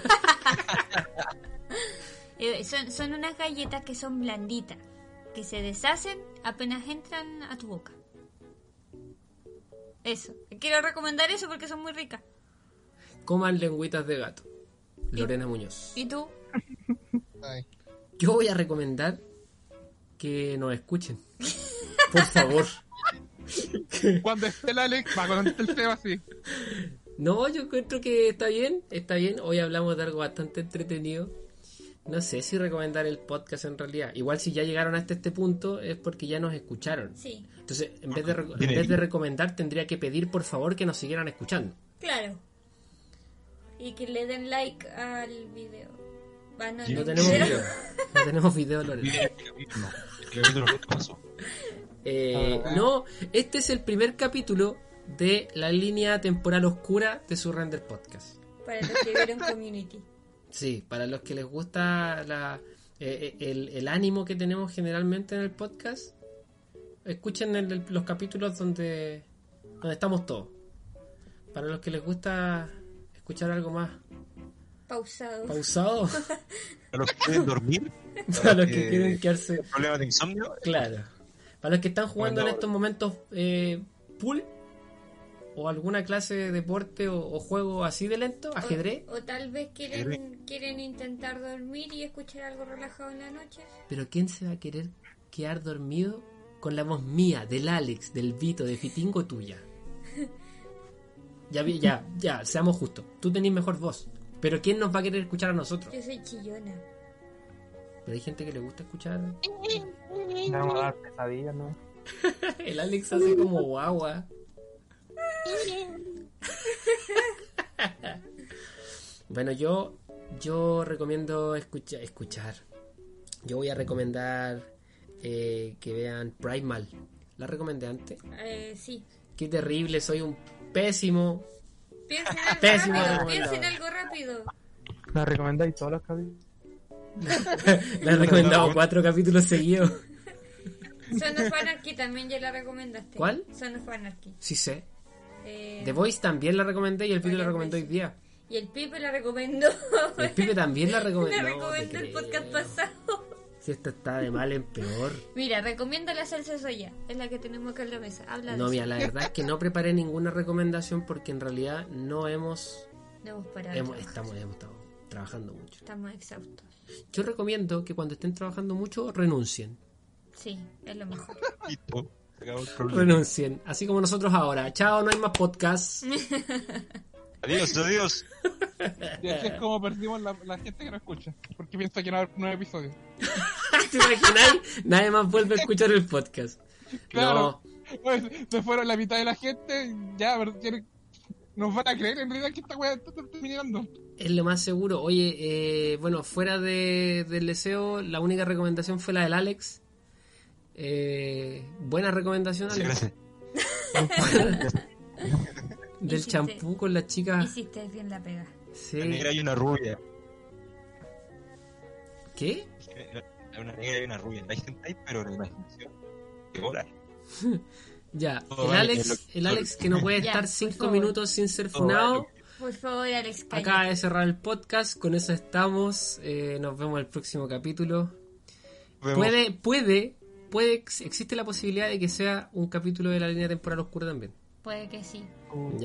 A: Son unas galletas que son blanditas, que se deshacen apenas entran a tu boca. Eso. Quiero recomendar eso porque son muy ricas.
B: Coman lengüitas de gato. Lorena Muñoz.
A: ¿Y tú?
D: Ay.
B: Yo voy a recomendar que nos escuchen. Por favor.
D: Cuando esté el Alex, va, cuando esté el Seba, sí.
B: No, yo encuentro que está bien, está bien. Hoy hablamos de algo bastante entretenido. No sé si recomendar el podcast en realidad. Igual si ya llegaron hasta este punto es porque ya nos escucharon.
A: Sí,
B: Entonces, en vez de recomendar, tendría que pedir por favor que nos siguieran escuchando.
A: claro. Y que le den like al video. Va,
C: Sí,
B: No tenemos video. No tenemos video, Lorena.
C: mira este capítulo. Este capítulo no pasó.
B: No, este es el primer capítulo de la línea temporal oscura de su Render Podcast.
A: Para los que vieron Community.
B: Sí, para los que les gusta el ánimo que tenemos generalmente en el podcast, escuchen los capítulos donde estamos todos. Para los que les gusta escuchar algo más
A: Pausado.
B: pausado,
C: Para los que quieren dormir,
B: para los que quieren quedarse,
C: problemas de insomnio,
B: claro, para los que están jugando en
C: Bueno,
B: estos momentos pool o alguna clase de deporte o juego así de lento, ajedrez.
A: O tal vez quieren intentar dormir y escuchar algo relajado en la noche.
B: Pero ¿quién se va a querer quedar dormido con la voz mía, del Alex, del Vito, de Fitingo tuya? Ya, seamos justos. Tú tenés mejor voz. Pero ¿quién nos va a querer escuchar a nosotros?
A: Yo soy chillona.
B: Pero hay gente que le gusta escuchar.
E: Le vamos a dar pesadillas, ¿no?
B: El Alex hace como guagua. Bueno, yo recomiendo escuchar. Yo voy a recomendar que vean Primal. ¿La recomendé antes?
A: Sí.
B: Qué terrible, soy un pésimo.
A: Piensa en algo
B: Pésimo
A: rápido.
B: recomendado.
A: Piensa en algo rápido.
E: ¿La recomendáis todos los capítulos?
B: Le he recomendado 4 capítulos seguidos.
A: Son of Anarchy también ya la recomendaste.
B: ¿Cuál?
A: Son of Anarchy.
B: Sí sé.
A: Eh,
B: The Voice también la recomendé y el Pipe la
A: varias
B: recomendó hoy
A: veces.
B: día.
A: Y el Pipe la recomendó.
B: El Pipe también la recomendó.
A: La
B: No te
A: recomendó el
B: creo.
A: podcast pasado.
B: Si esto está de mal en peor.
A: Mira, recomienda la salsa soya. Es la que tenemos acá en la mesa. Habla de
B: No,
A: eso.
B: mira, la verdad es que no preparé ninguna recomendación porque en realidad no hemos...
A: No hemos parado. de
B: hemos
A: trabajar.
B: estado trabajando mucho.
A: Estamos exhaustos.
B: Yo recomiendo que cuando estén trabajando mucho renuncien.
A: Sí, es lo mejor.
C: listo, se acabó el problema.
B: Renuncien. Así como nosotros ahora. Chao, no hay más podcast.
C: Adiós, adiós.
D: Y así es como perdimos la gente que nos escucha. Porque piensa que no va a haber 9 episodios.
B: ¿Te imagináis? Nadie más vuelve a escuchar el podcast.
D: Claro.
B: No,
D: Pues, se fueron la mitad de la gente. Ya, pero nos van a creer en realidad que esta weá está terminando.
B: es lo más seguro. Oye, bueno, fuera del deseo, la única recomendación fue la del Alex. Buena recomendación,
C: Sí,
B: Alex.
C: gracias.
B: Del
A: Hiciste-
B: champú con las chicas.
A: Hiciste bien la pega.
C: Una negra
B: Sí.
C: y una rubia.
B: ¿Qué?
C: Una negra y una rubia. La hentai, pero la imaginación. Qué bola.
B: Ya,
C: Oh,
B: el
C: vale,
B: Alex que no puede
A: Ya,
B: estar
A: por
B: 5
A: favor.
B: minutos sin ser
C: Oh,
B: funado.
A: Por favor, Alex, cállate.
B: Acaba de cerrar el podcast, con eso estamos. Nos vemos el próximo capítulo.
C: Nos vemos.
B: Puede, existe la posibilidad de que sea un capítulo de la línea temporal oscura también.
A: Puede que sí.
B: ¿Ya?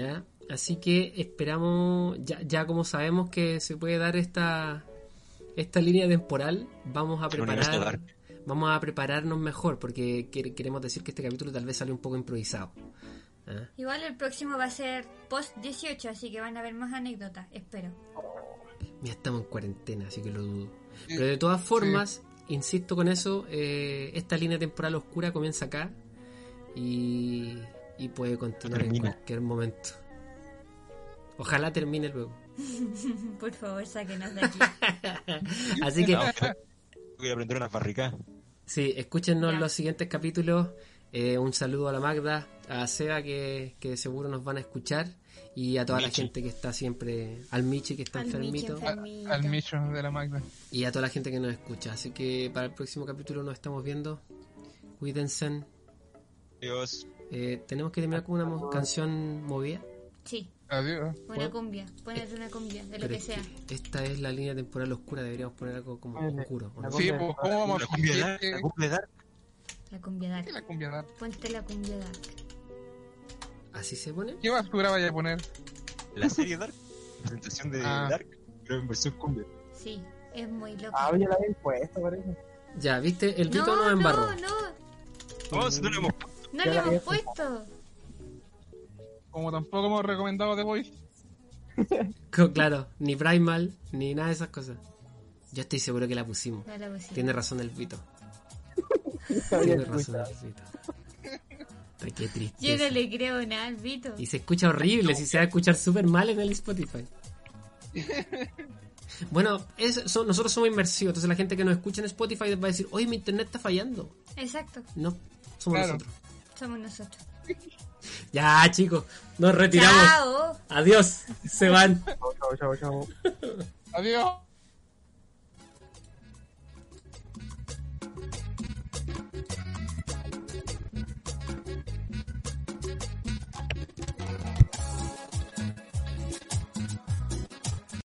B: Así que esperamos, ya como sabemos que se puede dar esta línea temporal, vamos a prepararnos mejor, porque queremos decir que este capítulo tal vez sale un poco improvisado. ¿Ah?
A: Igual el próximo va a ser post 18, así que van a haber más anécdotas, espero.
B: Ya estamos en cuarentena, así que lo dudo. Pero de todas formas, insisto con eso, esta línea temporal oscura comienza acá y puede continuar en cualquier momento. Ojalá termine luego.
A: Por favor, sáquenos de aquí.
B: Así que
C: voy a aprender una barricada.
B: sí, escúchenos
A: Ya.
B: los siguientes capítulos. Un saludo a la Magda, a Seba que seguro nos van a escuchar, y a toda la
C: Michi.
B: gente que está siempre, al Michi que está
A: Al Michi
B: enfermito,
A: enfermito.
D: Al Micho de la Magda.
B: y a toda la gente que nos escucha. Así que para el próximo capítulo nos estamos viendo. Cuídense.
C: Adiós.
B: Tenemos que terminar con una canción movida.
A: Sí,
D: Adiós.
A: una
B: ¿Puedo?
A: cumbia. Ponete una cumbia, de lo
B: Pero
A: que
B: es
A: sea.
B: que esta es la línea temporal oscura, deberíamos poner algo como oscuro, ¿o no?
D: Sí, pues, ¿cómo vamos
C: La
D: a
C: cumbia
D: fingir
C: dark,
D: que
C: la cumbia dark.
A: La cumbia dark.
D: que la cumbia dark?
A: Ponte la cumbia dark.
B: ¿Así se pone?
D: ¿Qué basura vaya a poner?
C: La serie Dark. La presentación de
D: Ah.
C: Dark, pero en versión cumbia.
A: Sí, es muy loco.
E: Ah, ya la había impuesto, parece.
B: Ya, ¿viste? El Vito
A: no,
B: nos embarró.
C: No, si no lo hemos
A: no
E: Ya
A: le
E: la
A: hemos
E: había
A: puesto.
D: Como tampoco hemos recomendado The Voice.
B: Claro, ni Primal, ni nada de esas cosas. Yo estoy seguro que la pusimos.
A: No la pusimos.
B: Tiene razón el Vito.
E: La había
B: Tiene razón
E: escuchado.
B: el Vito. Ay, qué
A: Yo
B: tristeza.
A: no le creo nada al Vito.
B: Y se escucha horrible, si se va a escuchar súper mal en el Spotify. Bueno, nosotros somos inmersivos, entonces la gente que nos escucha en Spotify va a decir, oye, mi internet está fallando.
A: Exacto,
B: No, somos
D: Claro.
B: nosotros.
A: somos nosotros.
B: Ya, chicos, nos retiramos.
A: Chao.
B: Adiós, se van.
E: Chau, chau, chau, chau.
D: Adiós.